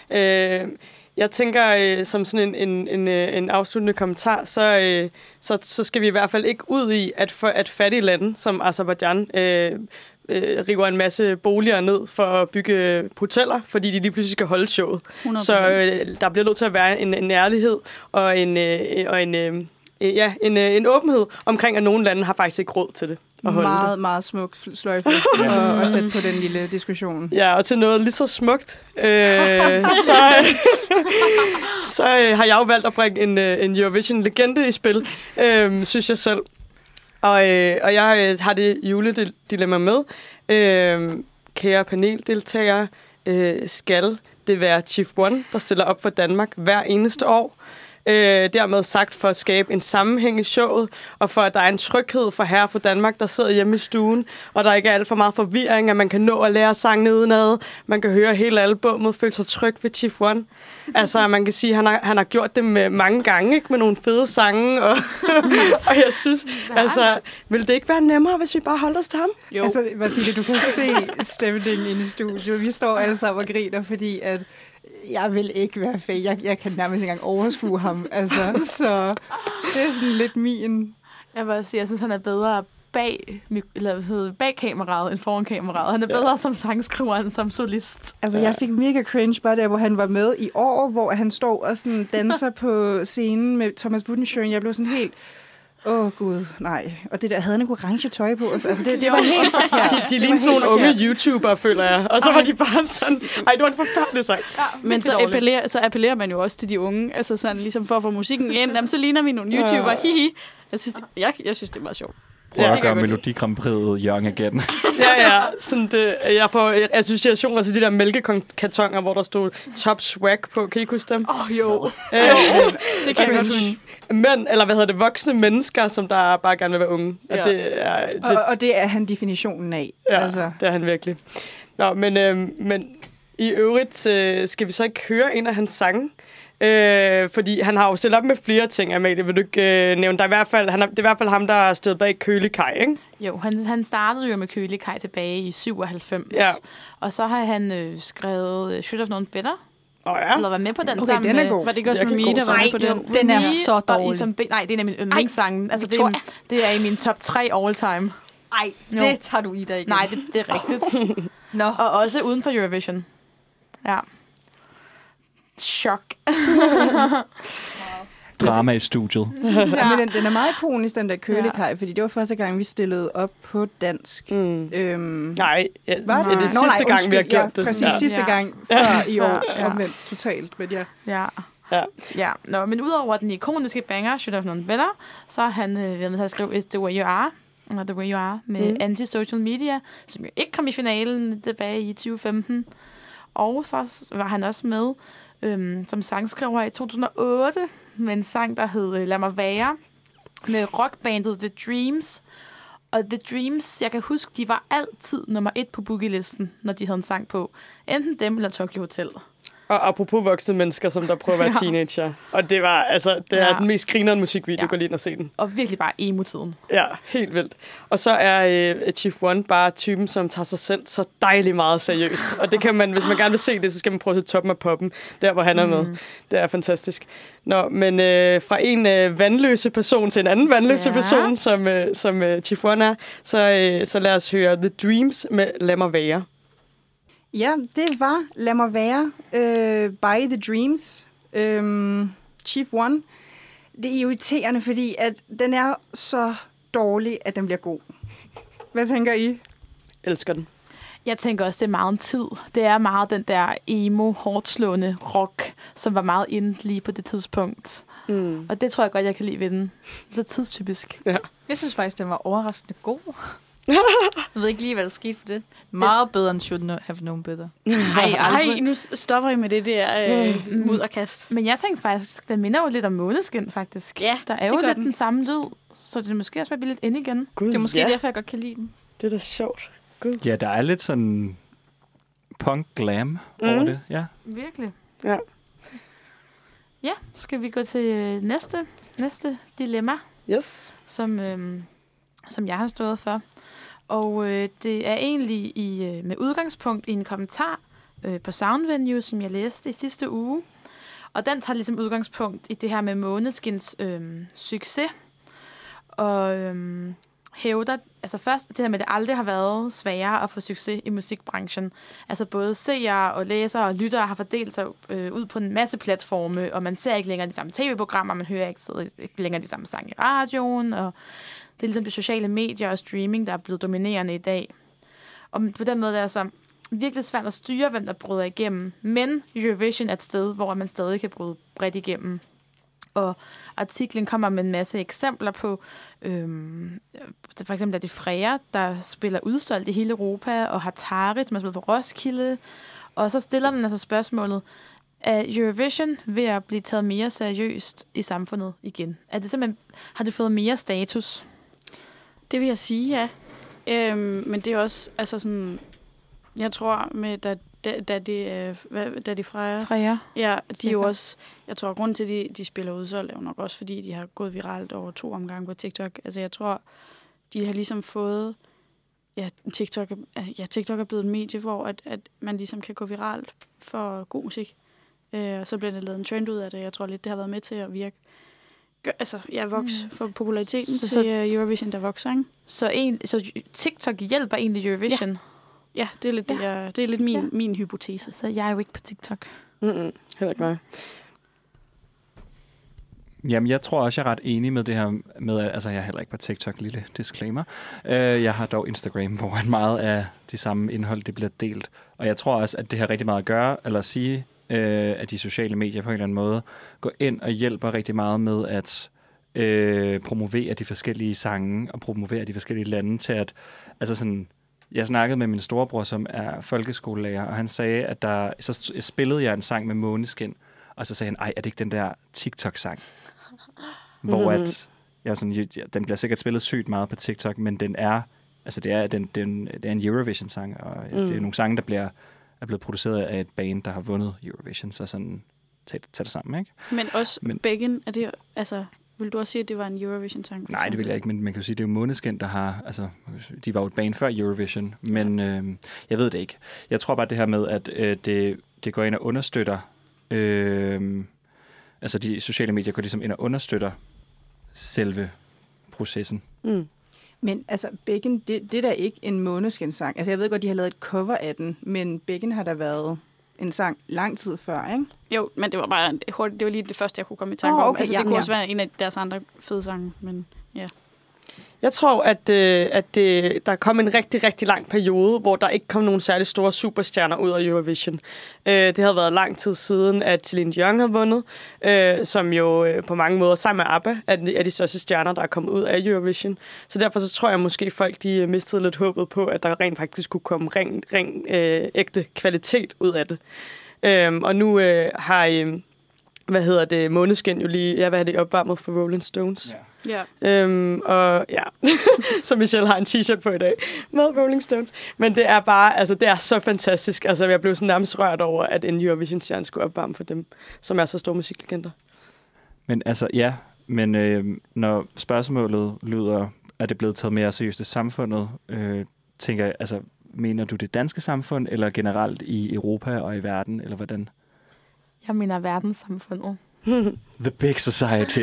Jeg tænker, som sådan en afsluttende kommentar, så skal vi i hvert fald ikke ud i, at fattige lande, som Aserbajdsjan, river en masse boliger ned for at bygge hoteller, fordi de lige pludselig skal holde showet. 100%. Så der bliver nødt til at være en ærlighed og en åbenhed omkring, at nogle lande har faktisk ikke råd til det. Meget, meget smuk sløjfe at sætte på den lille diskussion. Ja, og til noget lige så smukt, så har jeg jo valgt at bringe en Eurovision-legende i spil, synes jeg selv. Og jeg har det juledilemma med. Kære paneldeltagere, skal det være Chief One, der stiller op for Danmark hver eneste år? Dermed sagt for at skabe en sammenhæng i showet, og for at der er en tryghed for herre for Danmark, der sidder hjemme i stuen, og der ikke er alt for meget forvirring, at man kan nå at lære sangene udenad, man kan høre hele albummet, føle sig tryg ved Chief One. Altså, man kan sige, at han har gjort det med mange gange, ikke? Med nogle fede sange, og jeg synes, altså, vil det ikke være nemmere, hvis vi bare holder os til ham? Jo. Altså, Mathilde, du kan se stemningen inde i studiet. Vi står alle sammen og griner, fordi at jeg vil ikke være fake. Jeg kan nærmest ikke engang overskue ham. Altså, så det er sådan lidt min. Jeg vil sige, jeg synes, han er bedre bag kameraet end foran kameraet. Han er bedre som sangskriver end som solist. Altså, jeg fik mega cringe bare der, hvor han var med i år, hvor han står og sådan danser på scenen med Thomas Budensjøen. Jeg blev sådan helt... Gud, nej. Og det der, havde han ikke orange tøj på? Altså, det var helt forkert. De lignede sådan nogle unge YouTubere, føler jeg. Og så var de bare sådan... det var en forfærdelig sang. Ja, men så appellerer man jo også til de unge. Altså sådan, ligesom for at få musikken ind. Jamen, så ligner vi nogle YouTubere. Hihi. Jeg synes, det er meget sjovt. Prøv at gøre Melodi Grand Prix'et young again. Ja. Sådan det, jeg får associationer til de der mælkekartoner, hvor der stod top swag på. Kan I huske dem? Jo. Det kan jeg voksne mennesker, som der bare gerne vil være unge. Ja. Og det er han definitionen af. Ja, altså. Det er han virkelig. Nå, men i øvrigt skal vi så ikke høre en af hans sange? Fordi han har jo stillet op med flere ting, Amalie. Vil du ikke nævne? Det er i hvert fald ham, der har stået bag Kølig Kaj, ikke? Jo, han startede jo med Kølig Kaj tilbage i 97. Ja. Og så har han skrevet Should Have Known Better. Ja. Eller var med på den Okay, sammen den er med... god. Var det ikke også Virkelig Remy, god der var med på sang. den? Den er så Og dårlig. Isam nej, det er en af mine yndlingssange. Altså, Victoria. det er i min top 3 all time. Ej, Jo. det tager du i dig igen. Nej, det er rigtigt. Nå. Og også uden for Eurovision. Ja. Chok. Drama i studiet. Ja. Men den er meget ikonisk, den der Kølikaj, fordi det var første gang, vi stillede op på dansk. Nej, Var det er det sidste gang, vi har gjort det. Præcis, sidste gang før i år. Omvendt totalt, men ja. Ja. Nå, men udover den ikoniske banger, Should Have Known Better, så har han været med til at skrive It's The Way You Are, eller The Way You Are, med Anti-Social Media, som jo ikke kom i finalen tilbage i 2015. Og så var han også med som sangskriver i 2008, med en sang, der hed Lad mig være, med rockbandet The Dreams. Og The Dreams, jeg kan huske, de var altid nummer 1 på boogielisten, når de havde en sang på. Enten dem eller Tokyo Hotel. Og apropos voksne mennesker, som der prøver at være teenager. Og det var, det er den mest grinerende musikvideo, gå lige ind og se den. Og virkelig bare emo-tiden. Ja, helt vildt. Og så er Chief One bare typen, som tager sig selv så dejligt meget seriøst. Og det kan man, hvis man gerne vil se det, så skal man prøve at se toppen af poppen, der hvor han er med. Det er fantastisk. Nå, men fra en vandløse person til en anden vandløse person, som Chief One er, så lad os høre The Dreams med Lad mig være. Ja, det var Lad mig være by The Dreams, Chief One. Det er irriterende, fordi at den er så dårlig, at den bliver god. Hvad tænker I? Elsker den. Jeg tænker også, det er meget en tid. Det er meget den der emo, hårdslående rock, som var meget inde lige på det tidspunkt. Og det tror jeg godt, jeg kan lide ved den. Så tidstypisk. Ja. Jeg synes faktisk, den var overraskende god. Jeg ved ikke lige, hvad der skete for det. Meget bedre end Should Have Known Better. Ej, nu stopper I med det der mudderkast. Men jeg tænker faktisk, den minder jo lidt om Måneskin, faktisk. Ja, der er det jo gør lidt den. den samme lyd, så det er måske også være lidt ind igen. Gud, Det er måske derfor, jeg godt kan lide den. Det er da sjovt. Gud. Ja, der er lidt sådan punk-glam over det. Ja. Virkelig. Ja. Ja, skal vi gå til næste dilemma, Yes. som jeg har stået for. Og det er egentlig med udgangspunkt i en kommentar på Soundvenue, som jeg læste i sidste uge. Og den tager ligesom udgangspunkt i det her med Måneskins succes. Og hævder, altså først det her med, at det aldrig har været sværere at få succes i musikbranchen. Altså både seere og læsere og lyttere har fordelt sig ud på en masse platforme, og man ser ikke længere de samme tv-programmer, man hører ikke længere de samme sange i radioen, og det er ligesom de sociale medier og streaming, der er blevet dominerende i dag. Og på den måde er det altså virkelig svært at styre, hvem der bryder igennem. Men Eurovision er et sted, hvor man stadig kan bryde bredt igennem. Og artiklen kommer med en masse eksempler på, for eksempel er det Freja, der spiller udsolgt i hele Europa, og Hatari, som har spillet på Roskilde. Og så stiller den altså spørgsmålet, er Eurovision ved at blive taget mere seriøst i samfundet igen? Er det simpelthen, har det fået mere status? Det vil jeg sige, ja. Men det er også, altså sådan, jeg tror med, da de Freja, ja, de er jo også, jeg tror, grunden til, at de spiller udsolgt, er jo nok også, fordi de har gået viralt over 2 omgange på TikTok. Altså, jeg tror, de har ligesom fået, TikTok er blevet et medie, hvor at man ligesom kan gå viralt for god musik. Og så bliver det lavet en trend ud af det. Jeg tror lidt, det har været med til at virke. For populariteten til Eurovision, der vokser, ikke? Så TikTok hjælper egentlig Eurovision? Ja, det er lidt, det er lidt min hypotese. Så jeg er jo ikke på TikTok. Heller ikke mig. Jamen, jeg tror også, jeg er ret enig med det her med, altså jeg er heller ikke på TikTok, lille disclaimer. Jeg har dog Instagram, hvor meget af de samme indhold, det bliver delt. Og jeg tror også, at det har rigtig meget at gøre, eller at sige, at de sociale medier på en eller anden måde går ind og hjælper rigtig meget med at promovere de forskellige sange og promovere de forskellige lande til at, altså sådan, jeg snakkede med min storebror, som er folkeskolelærer, og han sagde, at så spillede jeg en sang med Måneskin, og så sagde han, ej, er det ikke den der TikTok-sang? Hvor at, den bliver sikkert spillet sygt meget på TikTok, men den er Altså, det er en Eurovision-sang, og det er nogle sange, der er blevet produceret af et band, der har vundet Eurovision, så sådan, tag det sammen, ikke? Men også Begin, er det, altså, vil du også sige, at det var en Eurovision-sang? Nej, det vil jeg ikke, men man kan jo sige, at det er jo Måneskin, der har, altså, de var jo et band før Eurovision, men jeg ved det ikke. Jeg tror bare det her med, at det går ind og understøtter, altså de sociale medier går ligesom ind og understøtter selve processen. Mm. Men altså, Begin, det er da ikke en Måneskin-sang. Altså, jeg ved godt, de har lavet et cover af den, men Begin har der været en sang lang tid før, ikke? Jo, men det var bare hurtigt. Det var lige det første, jeg kunne komme i tanke om. Altså, det kunne også være en af deres andre fede sange, men ja. Jeg tror, at der kom en rigtig, rigtig lang periode, hvor der ikke kom nogen særlig store superstjerner ud af Eurovision. Det havde været lang tid siden, at Celine Dion havde vundet, som jo på mange måder sammen med ABBA er de største stjerner, der er kommet ud af Eurovision. Så derfor så tror jeg måske, folk de mistede lidt håbet på, at der rent faktisk kunne komme ægte kvalitet ud af det. Og nu har Måneskin jo lige, opvarmet for Rolling Stones. Ja. Og ja, så Michelle har en t-shirt på i dag med Rolling Stones. Men det er bare, altså det er så fantastisk. Altså jeg blev sådan nærmest rørt over, at en Eurovision-stjerne skulle opvarme for dem, som er så store musiklegender. Men altså, ja, men når spørgsmålet lyder, er det blevet taget mere seriøst i samfundet, tænker jeg, altså, mener du det danske samfund, eller generelt i Europa og i verden, eller hvordan? Jeg mener verdenssamfundet. The big society.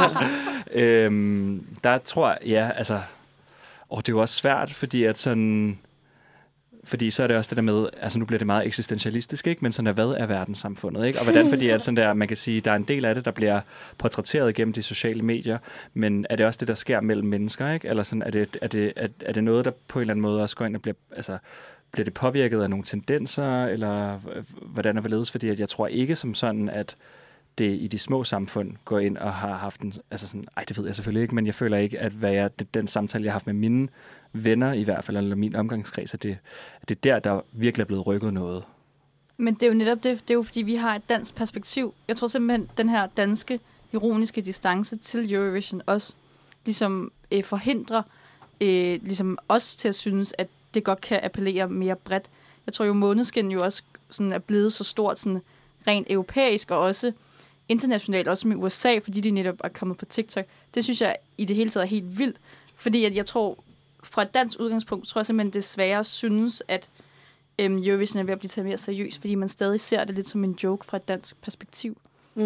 Der tror jeg, ja, altså, det er jo også svært, fordi så er det også det der med, altså nu bliver det meget eksistentialistisk, ikke? Men sådan hvad er verdenssamfundet, ikke? Og hvordan, fordi at sådan der, man kan sige, der er en del af det, der bliver portrætteret gennem de sociale medier, men er det også det, der sker mellem mennesker, ikke? Eller sådan, er det noget, der på en eller anden måde også går ind og bliver det påvirket af nogle tendenser, eller hvordan er det ledes? Fordi at jeg tror ikke som sådan, at det i de små samfund går ind og har haft en, altså sådan, det ved jeg selvfølgelig ikke, men jeg føler ikke, at den samtale, jeg har haft med mine venner i hvert fald, eller min omgangskreds, at det er der virkelig er blevet rykket noget. Men det er jo netop det. Det er jo, fordi vi har et dansk perspektiv. Jeg tror simpelthen, den her danske, ironiske distance til Eurovision også ligesom forhindrer ligesom os til at synes, at det godt kan appellere mere bredt. Jeg tror jo, Måneskin jo også sådan er blevet så stort, sådan rent europæisk, og også internationalt, også med USA, fordi de netop er kommet på TikTok. Det synes jeg i det hele taget er helt vildt, fordi at jeg tror, fra et dansk udgangspunkt, tror jeg simpelthen, det er sværere at synes, at Eurovision er ved at blive taget mere seriøst, fordi man stadig ser det lidt som en joke fra et dansk perspektiv.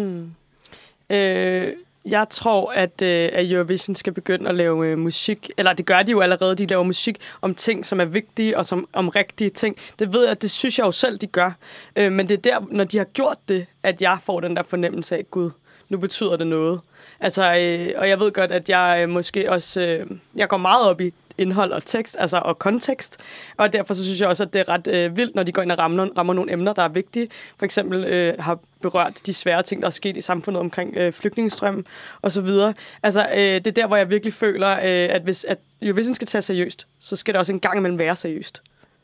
Jeg tror, at Eurovision skal begynde at lave musik, eller det gør de jo allerede, de laver musik om ting, som er vigtige, og om rigtige ting. Det ved jeg, det synes jeg jo selv, de gør. Men det er der, når de har gjort det, at jeg får den der fornemmelse af, Gud, nu betyder det noget. Altså, og jeg ved godt, at jeg måske også, jeg går meget op i indhold og tekst, altså og kontekst. Og derfor så synes jeg også, at det er ret vildt, når de går ind og rammer nogle emner, der er vigtige. For eksempel har berørt de svære ting, der er sket i samfundet omkring flygtningestrøm og så videre. Altså, det er der, hvor jeg virkelig føler, at hvis at Eurovision skal tage seriøst, så skal det også en gang imellem være seriøst.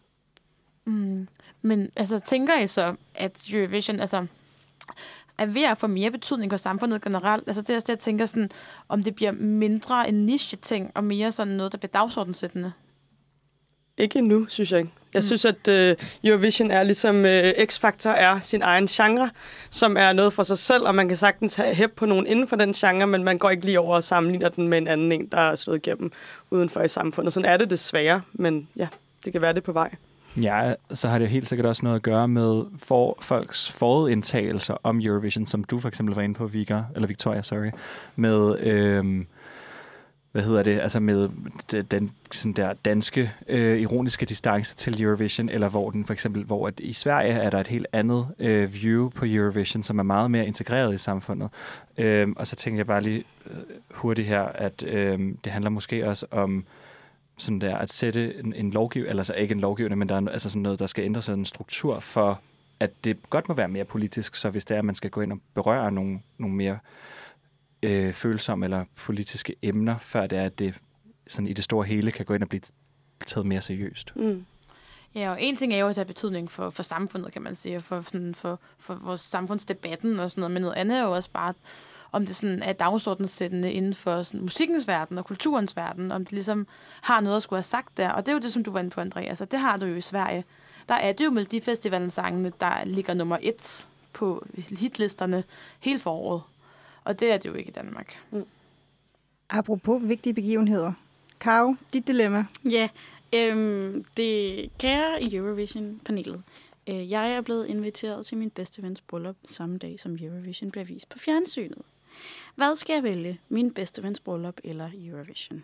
Men altså, tænker I så, at Eurovision er ved at få mere betydning for samfundet generelt? Altså det er også det, jeg tænker sådan, om det bliver mindre en niche-ting, og mere sådan noget, der bliver dagsordenssættende. Ikke endnu, synes jeg ikke. Jeg synes, at Eurovision er ligesom X-Factor er sin egen genre, som er noget for sig selv, og man kan sagtens have hæb på nogen inden for den genre, men man går ikke lige over og sammenligner den med en anden en, der er slået igennem udenfor i samfundet. Sådan er det desværre, men ja, det kan være det på vej. Ja, så har det helt sikkert også noget at gøre med folks forudindtagelser om Eurovision, som du for eksempel var inde på, Victoria, med, altså med den sådan der danske ironiske distance til Eurovision, eller hvor at i Sverige er der et helt andet view på Eurovision, som er meget mere integreret i samfundet. Og så tænker jeg bare lige hurtigt her, at det handler måske også om sådan der at sætte en lovgivning, eller altså ikke en lovgivning, men der er altså sådan noget, der skal ændre sig en struktur for, at det godt må være mere politisk, så hvis det er, at man skal gå ind og berøre nogle mere følsomme eller politiske emner, før det er, at det sådan i det store hele kan gå ind og blive taget mere seriøst. Ja, og en ting er jo at have betydning for samfundet, kan man sige, for vores samfundsdebatten og sådan noget, men noget andet er jo også bare om det sådan er dagsordenssættende inden for sådan musikkens verden og kulturens verden, om det ligesom har noget at skulle have sagt der. Og det er jo det, som du var inde på, Andreas, og det har du jo i Sverige. Der er det jo Melodifestivalen-sangene, der ligger nummer 1 på hitlisterne hele foråret. Og det er det jo ikke i Danmark. Apropos vigtige begivenheder. Karo, dit dilemma. Ja, det kære Eurovision-panelet. Jeg er blevet inviteret til min bedste vens bryllup samme dag, som Eurovision bliver vist på fjernsynet. Hvad skal jeg vælge? Min bedste vens bryllup eller Eurovision?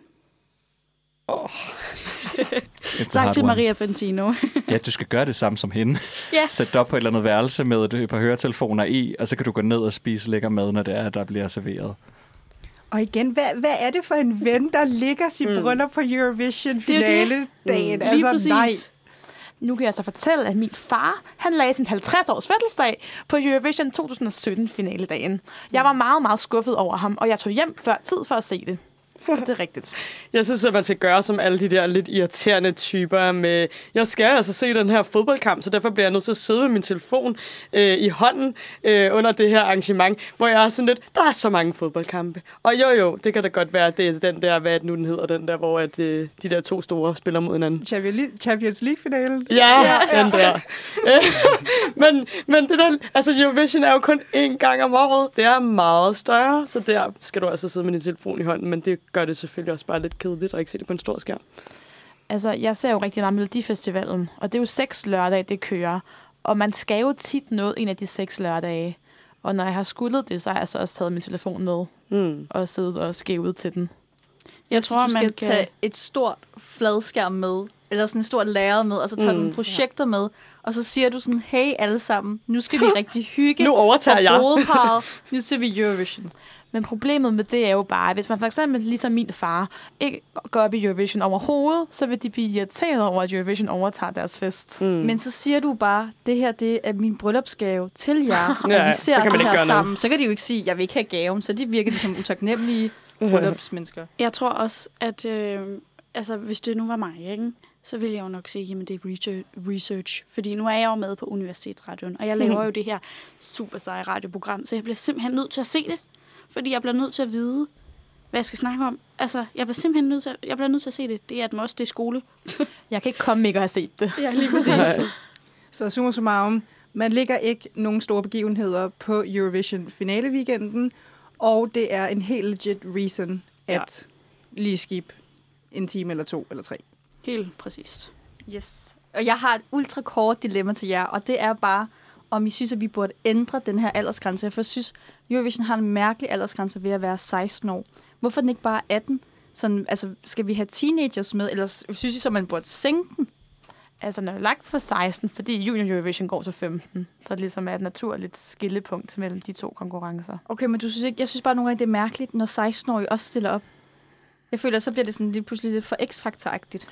Tak til Maria Fantino. Ja, du skal gøre det samme som hende. Ja. Sæt dig op på et eller andet værelse med et par høretelefoner i, og så kan du gå ned og spise lækker mad, når det er, der bliver serveret. Og igen, hvad er det for en ven, der ligger sit bryllup på Eurovision-finale-dagen? Lige præcis. Nej. Nu kan jeg så fortælle, at min far, han lagde sin 50-års fødselsdag på Eurovision 2017-finaledagen. Jeg var meget, meget skuffet over ham, og jeg tog hjem før tid for at se det. Det er rigtigt. Jeg synes, at man skal gøre som alle de der lidt irriterende typer med, jeg skal altså se den her fodboldkamp, så derfor bliver jeg nødt til at sidde med min telefon i hånden under det her arrangement, hvor jeg er sådan lidt, der er så mange fodboldkampe. Og jo, det kan da godt være, det er den der, hvad nu den hedder, den der, hvor at, de der to store spiller mod hinanden. Champions League-finalen. Ja, den der. men det der, altså Eurovision er jo kun én gang om året. Det er meget større, så der skal du altså sidde med din telefon i hånden, men det gør det selvfølgelig også bare lidt kedeligt at ikke se det på en stor skærm. Altså, jeg ser jo rigtig meget Melodifestivalen, og det er jo 6 lørdage, det kører. Og man skal jo tit nå en af de 6 lørdage. Og når jeg har skuldet det, så har jeg så også taget min telefon med og siddet og skævet til den. Jeg tror, man skal tage et stort fladskærm med, eller sådan et stort lærred med, og så tager du nogle projekter med, og så siger du sådan, hey alle sammen, nu skal vi rigtig hygge. Nu overtager jeg. Nu ser vi Eurovision. Men problemet med det er jo bare, at hvis man for eksempel, ligesom min far, ikke går op i Eurovision overhovedet, så vil de blive irriteret over, at Eurovision overtager deres fest. Men så siger du bare, det her det er min bryllupsgave til jer, og vi ser det her sammen. Så kan de jo ikke sige, jeg vil ikke have gaven, så de virker som utaknemmelige bryllupsmennesker. Jeg tror også, at hvis det nu var mig, ikke? Så vil jeg jo nok sige, jamen det er research. Fordi nu er jeg jo med på Universitetsradioen, og jeg laver jo det her super seje radioprogram, så jeg bliver simpelthen nødt til at se det. Fordi jeg bliver nødt til at vide, hvad jeg skal snakke om. Altså, jeg bliver simpelthen nødt til at se det. Det er at også det er skole. Jeg kan ikke komme ikke og have set det. Ja, lige præcis. Så summa summarum, man lægger ikke nogen store begivenheder på Eurovision finale-weekenden, og det er en helt legit reason at lige skip en time eller 2 eller 3. Helt præcist. Yes. Og jeg har et ultrakort dilemma til jer, og det er bare, om I synes, at vi burde ændre den her aldersgrænse. For jeg synes, Eurovision har en mærkelig aldersgrænse ved at være 16 år. Hvorfor den ikke bare 18? Sådan, altså, skal vi have teenagers med, eller synes I så, man burde sænke den? Altså, når jeg er lagt for 16, fordi Junior Eurovision går til 15, så det ligesom er et naturligt skillepunkt mellem de to konkurrencer. Okay, men du synes ikke, jeg synes bare nogle gange, det er mærkeligt, når 16-årige også stiller op. Jeg føler, så bliver det sådan lige pludselig lidt for X-Factor-agtigt.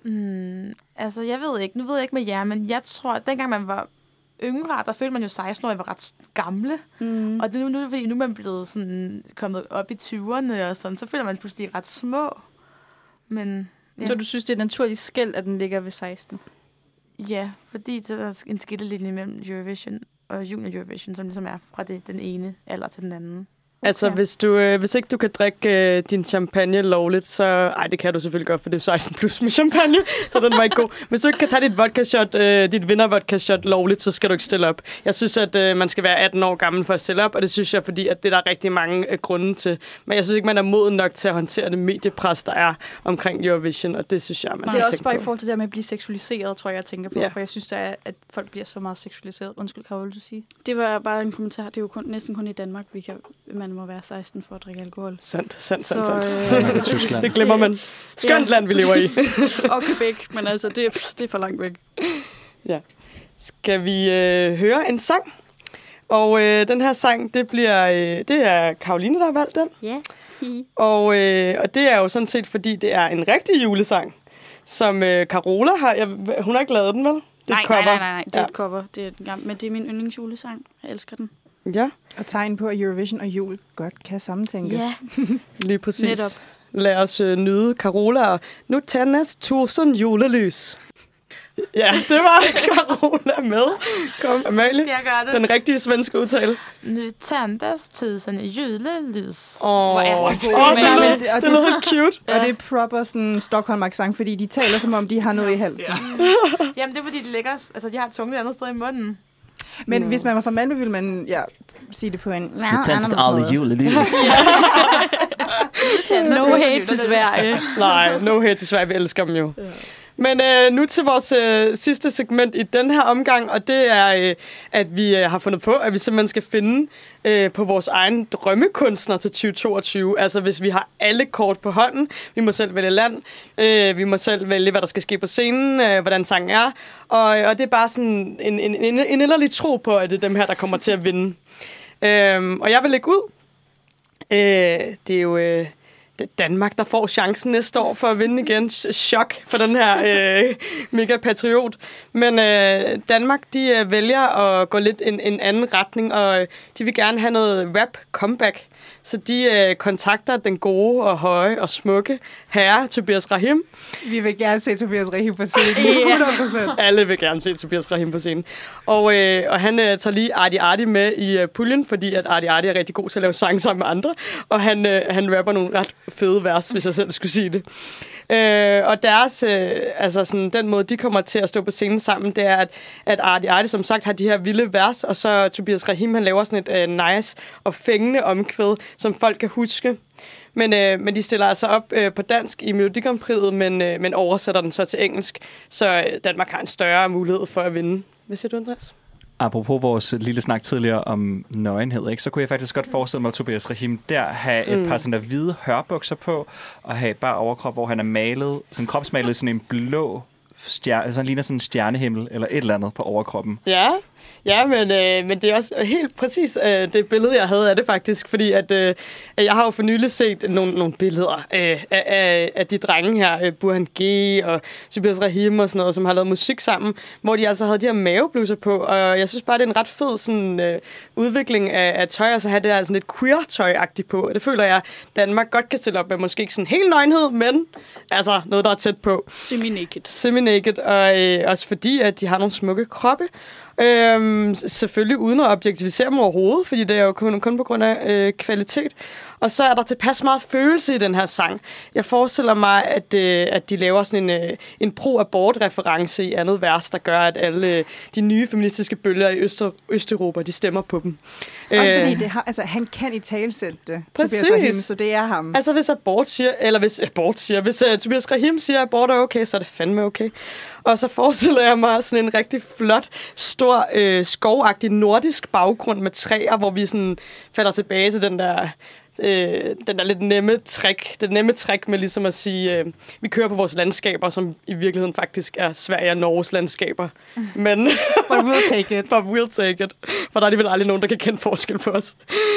Altså, jeg ved ikke. Nu ved jeg ikke med jer, men jeg tror, at dengang man var yngre, der følte man jo 16-årige var ret gamle. Og det nu er man blevet sådan, kommet op i 20'erne og sådan, så føler man pludselig ret små. Men, ja. Så du synes, det er naturligt skæld, at den ligger ved 16? Ja, fordi der er en skillelinje mellem Eurovision og Junior Eurovision, som ligesom er fra den ene alder til den anden. Altså, hvis ikke du kan drikke din champagne lovligt, så... Ej, det kan du selvfølgelig godt, for det er 16 plus med champagne, så den var ikke god. Hvis du ikke kan tage dit vodka-shot, dit vinder-vodka-shot lovligt, så skal du ikke stille op. Jeg synes, at man skal være 18 år gammel for at stille op, og det synes jeg, fordi at det er der rigtig mange grunde til. Men jeg synes ikke, man er moden nok til at håndtere det mediepres, der er omkring Eurovision, og det synes jeg, man skal tænke på. Det er også bare i forhold til det med at blive seksualiseret, tror jeg tænker på, for jeg synes, at folk bliver så meget seksualiseret. Undskyld, Karo, vil du sige? Det var bare en kommentar. Det er jo næsten kun i Danmark, man må være 16 for at drikke alkohol. Sandt. Tyskland. Det glemmer man. Skønt land, vi lever i. Og Quebec, men altså, det er for langt væk. Ja. Skal vi høre en sang? Og den her sang, det er Karoline, der har valgt den. Ja. Og det er jo sådan set, fordi det er en rigtig julesang, som Carola har. Hun har ikke lavet den, vel? Nej. Det er et cover. Men det er min yndlingsjulesang. Jeg elsker den. Ja. Og tegn på, at Eurovision og jul godt kan sammentænkes. Ja, lige præcis. netop. Lad os nyde Carola. Nu tændes 1000 julelys. Ja, det var Carola med. Kom, Amalie. Skal jeg gøre det? Den rigtige svenske udtale. Nu tændes tusind julelys. Hvor er du god, det Amalie. lød helt cute. Og det er proper sådan Stockholm-accent, fordi de taler, som om de har noget i halsen. Jamen, det er fordi, de lægger... Altså, de har tungen et andet sted i munden. Men hvis man var fra Malmø, ville man sige det på en Tændtes alle julelys. No hate til Sverige. Nej, no hate til Sverige. Vi elsker dem jo. Men nu til vores sidste segment i den her omgang, og det er, at vi har fundet på, at vi simpelthen skal finde på vores egen drømmekunstner til 2022. Altså hvis vi har alle kort på hånden, vi må selv vælge land, vi må selv vælge, hvad der skal ske på scenen, hvordan sangen er, og det er bare sådan en inderlig tro på, at det er dem her, der kommer til at vinde. Og jeg vil lægge ud. Det er jo... Det er Danmark, der får chancen næste år for at vinde igen. Chok for den her mega patriot. Men Danmark, de vælger at gå lidt en anden retning, og de vil gerne have noget rap comeback. Så de kontakter den gode og høje og smukke herre Tobias Rahim. Vi vil gerne se Tobias Rahim på scenen. 100%. Alle vil gerne se Tobias Rahim på scenen. Og han tager lige Arti Arti med i puljen, fordi at Arti Arti er rigtig god til at lave sange sammen med andre. Og han rapper nogle ret fede vers, hvis jeg selv skulle sige det. Og deres, altså sådan, den måde, de kommer til at stå på scenen sammen, det er, at Arti Arti, som sagt, har de her vilde vers, og så Tobias Rahim, han laver sådan et nice og fængende omkvæd, som folk kan huske. Men de stiller altså op på dansk i Melodi Grand Prix'et, men oversætter den så til engelsk, så Danmark har en større mulighed for at vinde. Hvad siger du, Andreas? Apropos vores lille snak tidligere om nøgenhed, ikke, så kunne jeg faktisk godt forestille mig, at Tobias Rahim der have et par sådan der hvide hørbukser på, og have bare overkrop, hvor han er malet, sådan kropsmalet sådan en blå stjerne, altså han ligner sådan en stjernehimmel eller et eller andet på overkroppen. Ja, men det er også helt præcis det billede, jeg havde af det faktisk, fordi at jeg har jo for nylig set nogle billeder af de drenge her, Burhan G og Tobias Rahim og sådan noget, som har lavet musik sammen, hvor de altså havde de her mavebluser på, og jeg synes bare, det er en ret fed sådan, udvikling af tøj, altså have det der sådan lidt queer-tøj-agtigt på. Det føler jeg, Danmark godt kan stille op med, måske ikke sådan helt nøgenhed, men altså noget, der er tæt på. Semi-naked, og også fordi, at de har nogle smukke kroppe. Selvfølgelig uden at objektivisere dem overhovedet, fordi det er jo kun på grund af kvalitet. Og så er der tilpas meget følelse i den her sang. Jeg forestiller mig, at de laver sådan en pro-abort-reference i andet vers, der gør, at alle de nye feministiske bølger i Østeuropa, de stemmer på dem. Også fordi det har, altså, han kan italesætte det, Tobias Rahim, så det er ham. Altså hvis Tobias Rahim siger, at abort er okay, så er det fandme okay. Og så forestiller jeg mig sådan en rigtig flot, stor, skovagtig nordisk baggrund med træer, hvor vi sådan falder tilbage til den der lidt nemme trick med ligesom at sige, vi kører på vores landskaber, som i virkeligheden faktisk er Sverige og Norges landskaber. Men But we'll take it. But we'll take it. For der er alligevel aldrig nogen, der kan kende forskel på os.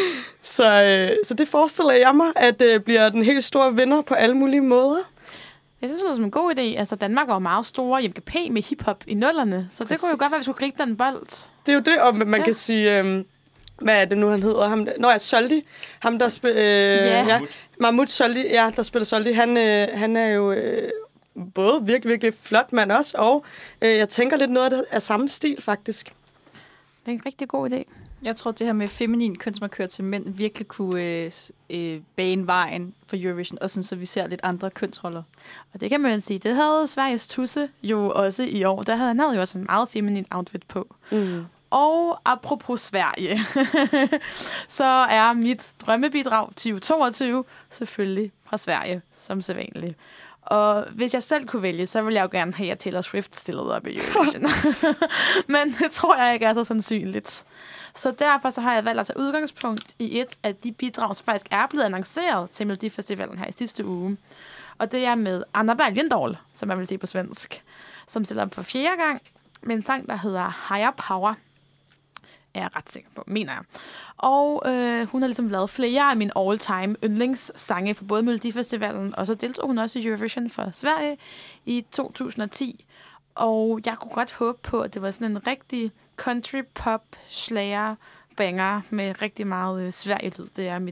Så det forestiller jeg mig, at det bliver den helt store vinder på alle mulige måder. Jeg synes, det er som en god idé. Altså, Danmark var meget store i MGP med hiphop i nullerne, så det kunne jo godt være, at vi skulle gribe den bold. Det er jo det, og man kan sige... hvad er det nu, han hedder? Soldi. Ham, der Mahmoud Soldi, der spiller Soldi. Han er jo både virkelig, virkelig flot mand også, og jeg tænker lidt noget af samme stil, faktisk. Det er en rigtig god idé. Jeg tror, det her med feminin kønsmarkør til mænd virkelig kunne bane vejen for Eurovision, og sådan, så vi ser lidt andre kønsroller. Og det kan man jo sige, det havde Sveriges Tusse jo også i år. Han havde jo også en meget feminin outfit på. Og apropos Sverige, så er mit drømmebidrag 2022 selvfølgelig fra Sverige, som sædvanligt. Og hvis jeg selv kunne vælge, så ville jeg jo gerne have, at Taylor Swift stillede op i Eurovision. Men det tror jeg ikke er så sandsynligt. Så derfor så har jeg valgt at tage udgangspunkt i et af de bidrag, som faktisk er blevet annonceret til Melodifestivalen her i sidste uge. Og det er med Anna Bergendahl, som man vil sige på svensk, som stiller op for 4. gang med en sang, der hedder Higher Power. Er jeg ret sikker på, mener jeg. Og hun har ligesom lavet flere af mine all-time yndlingssange for både Melodifestivalen, og så deltog hun også i Eurovision for Sverige i 2010. Og jeg kunne godt håbe på, at det var sådan en rigtig country pop slager banger med rigtig meget Sverige-lyd. Det er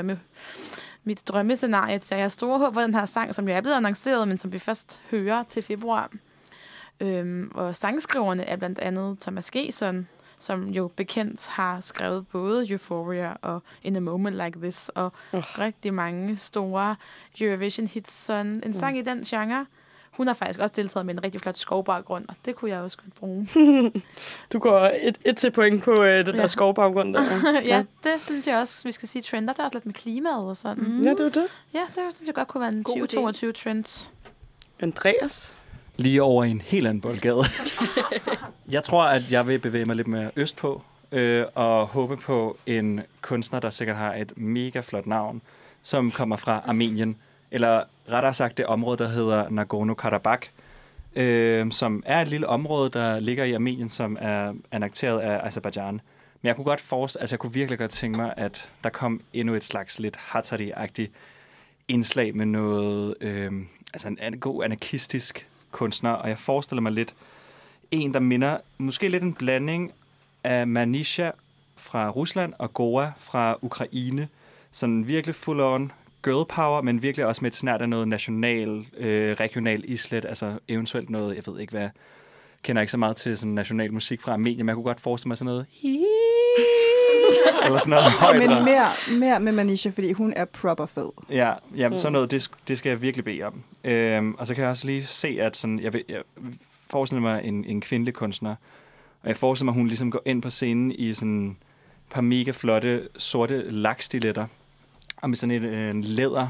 mit drømmescenarie. Så jeg har store håb for den her sang, som jo er blevet annonceret, men som vi først hører til februar. Og sangskriverne er blandt andet Thomas Gesson, som jo bekendt har skrevet både Euphoria og In a Moment Like This, og rigtig mange store Eurovision-hits. Sådan en sang i den genre. Hun har faktisk også deltaget med en rigtig flot skovbaggrund, og det kunne jeg også godt bruge. Du går et til point på den der skovbaggrund der. Ja, det synes jeg også, vi skal sige trender. Der er også lidt med klimaet og sådan. Ja, det var det. Ja, det synes jeg godt kunne være en 2022 trends. Andreas? Lige over i en helt anden boldgade. Jeg tror, at jeg vil bevæge mig lidt mere østpå, og håbe på en kunstner, der sikkert har et mega flot navn, som kommer fra Armenien, eller rettere sagt det område, der hedder Nagorno-Karabakh, som er et lille område, der ligger i Armenien, som er annekteret af Aserbajdsjan. Men jeg kunne godt jeg kunne virkelig godt tænke mig, at der kom endnu et slags lidt Hatzari-agtigt indslag med noget, en god anarkistisk kunstner, og jeg forestiller mig lidt en, der minder måske lidt en blanding af Manisha fra Rusland og Goa fra Ukraine. Sådan virkelig full-on girl power, men virkelig også med et snært af noget national, regional islet, altså eventuelt noget, jeg ved ikke hvad, kender ikke så meget til sådan national musik fra Armenien, men jeg kunne godt forestille mig sådan noget eller sådan noget højt. Men mere med Manisha, fordi hun er proper fed. Ja, sådan noget, det skal jeg virkelig bede om. Og så kan jeg også lige se, at sådan, jeg forestiller mig en kvindelig kunstner, og jeg forestiller mig, at hun ligesom går ind på scenen i sådan et par mega flotte, sorte lakstiletter, og med sådan en læder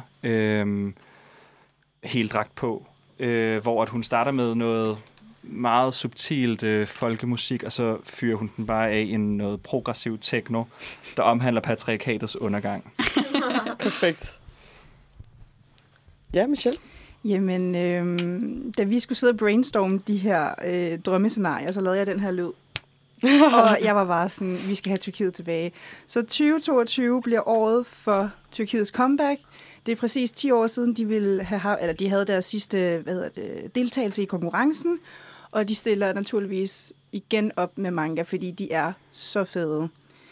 heldragt på, hvor at hun starter med noget meget subtilt folkemusik, og så fyrer hun den bare af i noget progressiv techno, der omhandler patriarkatets undergang. Perfekt. Ja, Michelle? Jamen, da vi skulle sidde og brainstorme de her drømmescenarier, så lavede jeg den her lyd. Og jeg var bare sådan, vi skal have Tyrkiet tilbage. Så 2022 bliver året for Tyrkiets comeback. Det er præcis 10 år siden, de havde deres sidste deltagelse i konkurrencen. Og de stiller naturligvis igen op med manga, fordi de er så fede.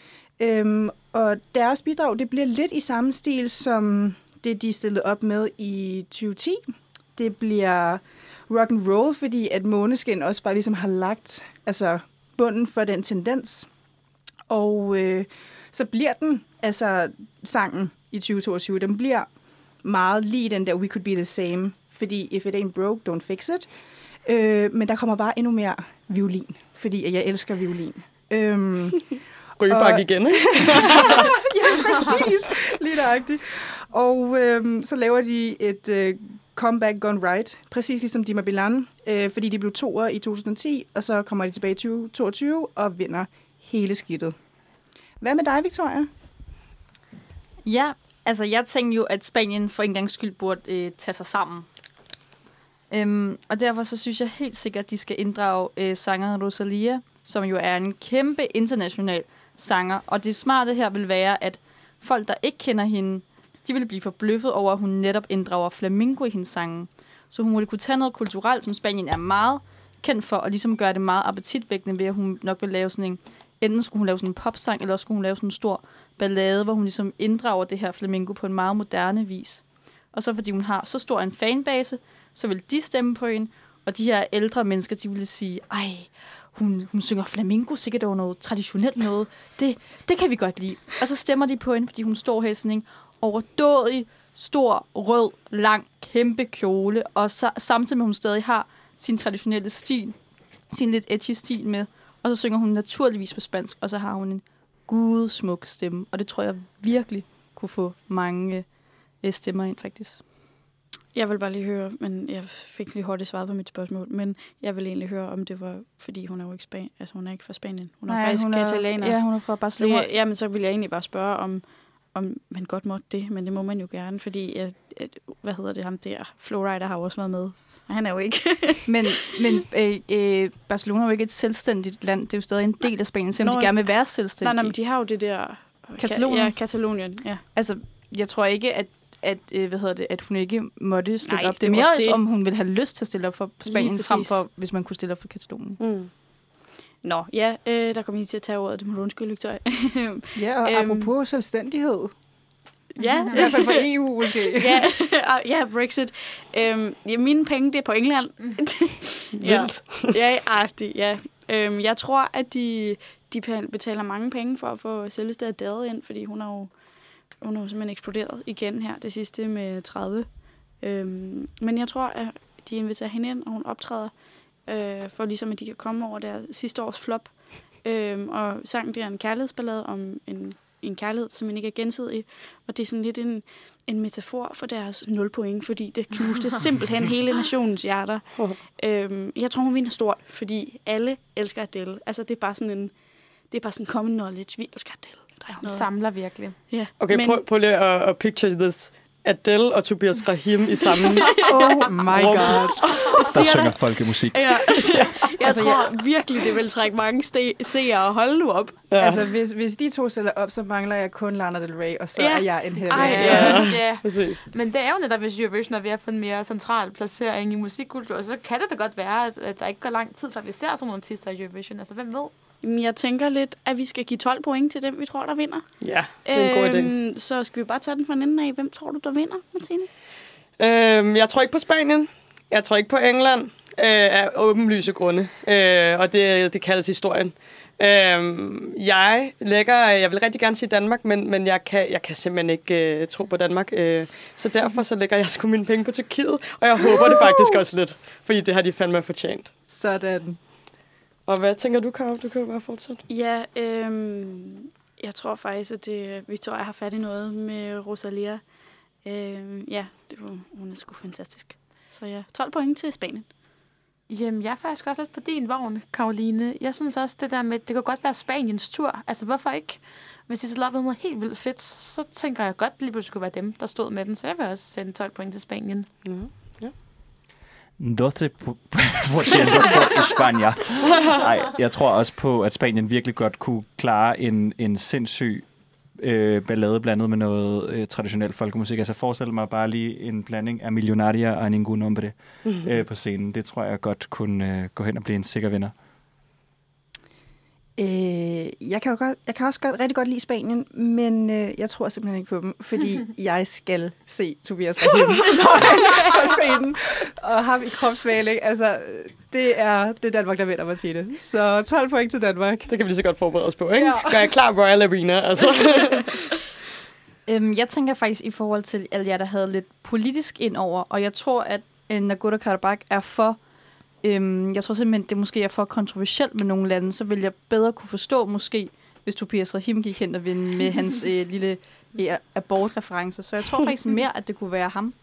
Og deres bidrag, det bliver lidt i samme stil som det, de stillede op med i 2010. Det bliver rock and roll, fordi at Måneskin også bare ligesom har lagt bunden for den tendens. Og så bliver den, sangen i 2022, den bliver meget lige den der We Could Be The Same, fordi if it ain't broke, don't fix it. Men der kommer bare endnu mere violin, fordi jeg elsker violin. Rybak igen, ikke? Ja, præcis. Lige nøjagtigt. Og så laver de et comeback gone right, præcis ligesom Dima Bilan, fordi de blev 2'er i 2010, og så kommer de tilbage i 2022 og vinder hele skidtet. Hvad med dig, Victoria? Ja, jeg tænkte jo, at Spanien for en gangs skyld burde tage sig sammen. Og derfor så synes jeg helt sikkert, at de skal inddrage sangeren Rosalía, som jo er en kæmpe international sanger. Og det smarte her vil være, at folk, der ikke kender hende, de vil blive forbløffet over, at hun netop inddrager flamenco i hendes sange. Så hun ville kunne tage noget kulturelt, som Spanien er meget kendt for, og ligesom gøre det meget appetitvækkende ved, at hun nok vil lave sådan en, enten skulle hun lave sådan en popsang, eller også skulle hun lave sådan en stor ballade, hvor hun ligesom inddrager det her flamenco på en meget moderne vis. Og så fordi hun har så stor en fanbase, så vil de stemme på hende, og de her ældre mennesker, de vil sige, ej, hun synger flamenco, sikkert over noget traditionelt noget. Det kan vi godt lide. Og så stemmer de på hende, fordi hun står her i sådan en overdådig, stor, rød, lang, kæmpe kjole, og så, samtidig med, at hun stadig har sin traditionelle stil, sin lidt edgy stil med, og så synger hun naturligvis på spansk, og så har hun en gudsmuk stemme, og det tror jeg virkelig kunne få mange stemmer ind, faktisk. Jeg vil bare lige høre, men jeg fik lige hurtigt svaret på mit spørgsmål, men jeg vil egentlig høre, om det var, fordi hun er jo ikke hun er ikke fra Spanien. Hun er faktisk katalaner. Ja, hun er fra Barcelona. Ja, men så vil jeg egentlig bare spørge, om man godt måtte det, men det må man jo gerne, fordi, ham der, Flowrider har jo også været med. Og han er jo ikke. men Barcelona er jo ikke et selvstændigt land. Det er jo stadig en del af Spanien, selvom de gerne vil være selvstændige. Nej, men de har jo det der... Katalonien. Katalonien, ja. Jeg tror ikke, at hun ikke måtte stille op. Det er mere, om hun ville have lyst til at stille op for Spanien, frem for, hvis man kunne stille op for Katalonien. Mm. Nå, ja, der kommer I til at tage ordet. Det må du undskylde, Victoria. Ja, og apropos selvstændighed. Ja. I hvert fald for EU måske. ja, Brexit. Mine penge, det er på England. Vildt. Ja. Jeg tror, at de betaler mange penge for at få selveste Adele ind, fordi hun har jo simpelthen eksploderet igen her det sidste med 30. Men jeg tror, at de inviterer hende ind, og hun optræder, for ligesom at de kan komme over der sidste års flop. Og sangen, det er en kærlighedsballade om en kærlighed, som ikke er gensidig. Og det er sådan lidt en metafor for deres 0 point, fordi det knuste simpelthen hele nationens hjerter. Jeg tror, hun vinder stort, fordi alle elsker Adele. Altså, det er bare sådan common knowledge. Vi elsker Adele. Hun samler virkelig. Ja. Okay, prøv lige at picture this. Adele og Tobias Rahim i samme Oh my god. Der synger folkemusik. Ja. Jeg tror virkelig, det vil trække mange seere og holde nu op. Ja. Altså, hvis de to stiller op, så mangler jeg kun Lana Del Rey, og så er jeg en held. Ja. Præcis. Men det er jo netop, hvis Eurovision er ved at få en mere central placering i musikkultur, så kan det da godt være, at der ikke går lang tid, før vi ser sådan nogle artister i Eurovision. Altså, hvem ved? Jeg tænker lidt, at vi skal give 12 point til dem, vi tror, der vinder. Ja, det er en god idé. Så skal vi bare tage den fra enden af. Hvem tror du, der vinder, Martine? Jeg tror ikke på Spanien. Jeg tror ikke på England. Af åbenlyse grunde. Og det kaldes historien. Jeg vil rigtig gerne sige Danmark, men jeg kan simpelthen ikke tro på Danmark. Så derfor så lægger jeg sgu mine penge på Tyrkiet. Og jeg håber det faktisk også lidt. Fordi det har de fandme fortjent. Sådan. Og hvad tænker du, Karo? Du kan jo bare fortsætte. Ja, jeg tror faktisk, at Victoria har fat i noget med Rosalia. Hun er sgu fantastisk. Så ja, 12 point til Spanien. Jamen, jeg er faktisk også lidt på din vogn, Karoline. Jeg synes også, det der med, det kan godt være Spaniens tur. Altså, hvorfor ikke? Hvis de så op noget helt vildt fedt, så tænker jeg godt, lige pludselig skulle være dem, der stod med den. Så jeg vil også sende 12 point til Spanien. Ja. 12% på Spanien. Nej, jeg tror også på, at Spanien virkelig godt kunne klare en sindssyg ballade blandet med noget traditionel folkemusik. Altså forestil mig bare lige en blanding af Millonaria og Ningún Hombre på scenen. Det tror jeg godt kunne gå hen og blive en sikker vinder. Jeg kan også rigtig godt lide Spanien, men jeg tror simpelthen ikke på dem, fordi jeg skal se Tobias Rahim på scenen, og ham i kropsmaling. Altså, det er Danmark, der vinder, Martine. Så 12 point til Danmark. Det kan vi lige så godt forberede os på, ikke? Ja. Gør jeg klar Royal Arena, altså. Jeg tænker faktisk i forhold til alle jer, der havde lidt politisk indover, og jeg tror, at Nagorno-Karabakh er for... jeg tror simpelthen, det måske er for kontroversielt med nogle lande, så vil jeg bedre kunne forstå måske, hvis Tobias Rahim gik hen og vinde med hans lille abortreference. Så jeg tror faktisk mere, at det kunne være ham.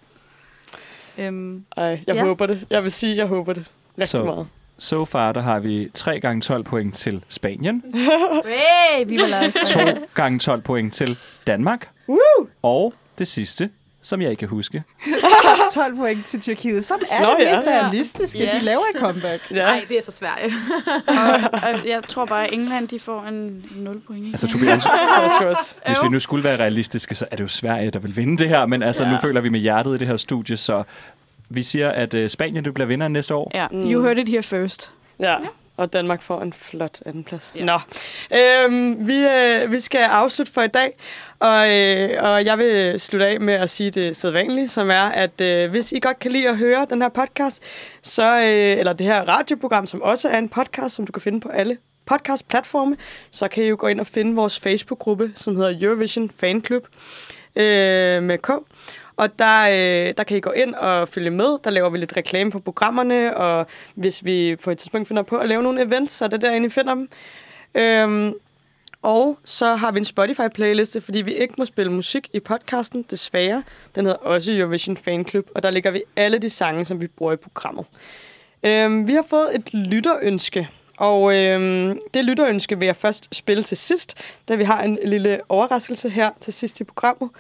Jeg håber det. Jeg vil sige, jeg håber det rigtig meget. So far, der har vi 3 gange 12 point til Spanien. Vi vil lade 2 gange 12 point til Danmark. Og det sidste, som jeg ikke kan huske. 12 point til Tyrkiet, som er det mest realistiske. De laver et comeback. Nej, det er så Sverige. og jeg tror bare, at England de får en 0 point. Ikke? Altså, Tobias, hvis vi nu skulle være realistiske, så er det jo Sverige, der vil vinde det her. Men altså, nu føler vi med hjertet i det her studie, så vi siger, at Spanien du bliver vinder næste år. Ja, you heard it here first. Ja. Og Danmark får en flot andenplads. Ja. Nå, vi skal afslutte for i dag, og jeg vil slutte af med at sige det sædvanlige, som er, at hvis I godt kan lide at høre den her podcast, eller det her radioprogram, som også er en podcast, som du kan finde på alle podcastplatforme, så kan I jo gå ind og finde vores Facebook-gruppe, som hedder Eurovision Fan Club med K. Og der kan I gå ind og følge med. Der laver vi lidt reklame på programmerne, og hvis vi på et tidspunkt finder på at lave nogle events, så er det derinde, I finder dem. Og så har vi en Spotify-playliste, fordi vi ikke må spille musik i podcasten, desværre. Den hedder også Eurovision Fan Club, og der ligger vi alle de sange, som vi bruger i programmet. Vi har fået et lytterønske, og det lytterønske vil jeg først spille til sidst, da vi har en lille overraskelse her til sidst i programmet.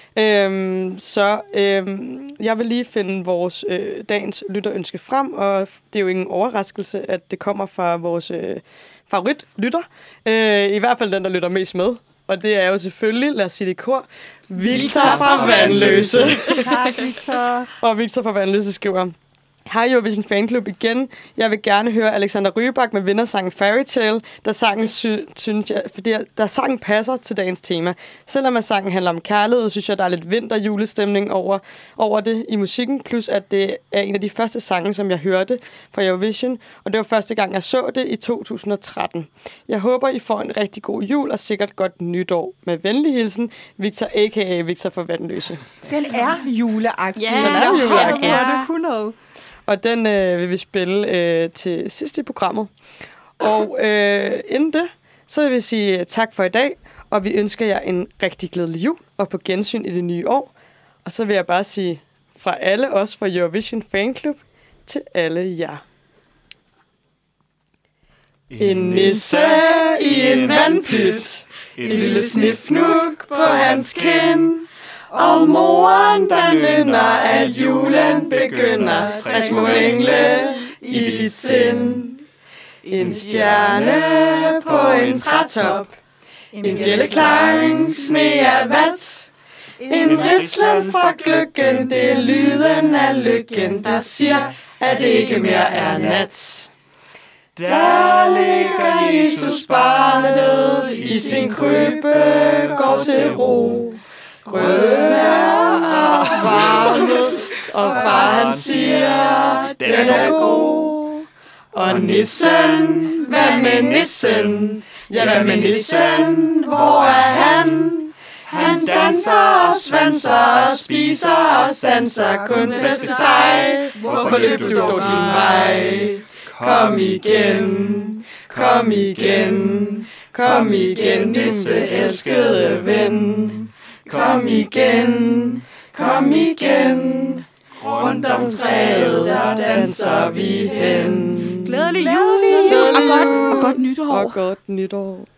Jeg vil lige finde vores dagens lytterønske frem, og det er jo ingen overraskelse, at det kommer fra vores favoritlytter. I hvert fald den, der lytter mest med. Og det er jo selvfølgelig, lad os sige det i kor, Victor fra Vandløse. Tak, Victor. Og Victor fra Vandløse skriver: Hej Eurovision Fanklub igen. Jeg vil gerne høre Alexander Rybak med vindersangen Fairytale, der sangen, synes jeg, fordi der sangen passer til dagens tema. Selvom at sangen handler om kærlighed, synes jeg, der er lidt vinterjulestemning over det i musikken, plus at det er en af de første sange, som jeg hørte fra Eurovision, og det var første gang, jeg så det i 2013. Jeg håber, I får en rigtig god jul og sikkert godt nytår. Med venlig hilsen, Victor a.k.a. Victor for Vanløse. Den er juleagtig. Ja, den er juleagtig. Ja, det er 100. Og den vil vi spille til sidst i programmet. Og inden det, så vil vi sige tak for i dag, og vi ønsker jer en rigtig glædelig jul og på gensyn i det nye år. Og så vil jeg bare sige fra alle os fra Eurovision Fanklub til alle jer. En nisse i en vandpyt, en lille snifnuk på hans kind. Og moren, der nynner, at julen begynder. 3 små engle i dit sind. En stjerne på en trætop. En bjælleklang, sne af vat. En rislen fra gløggen, det er lyden af lykken, der siger, at det ikke mere er nat. Der ligger Jesus barnet i sin krybbe, går til ro. Grøden er varmet, og far han siger, den er god. Og nissen, hvad med nissen? Ja, hvad med nissen? Hvor er han? Han danser og svanser og spiser og sanser kun flæskesteg. Hvorfor løb du dog din vej? Kom igen, kom igen, kom igen, nisse elskede ven. Kom igen, kom igen, rundt om træet, der danser vi hen. Glædelig jul, Og godt nytår. Og godt nytår.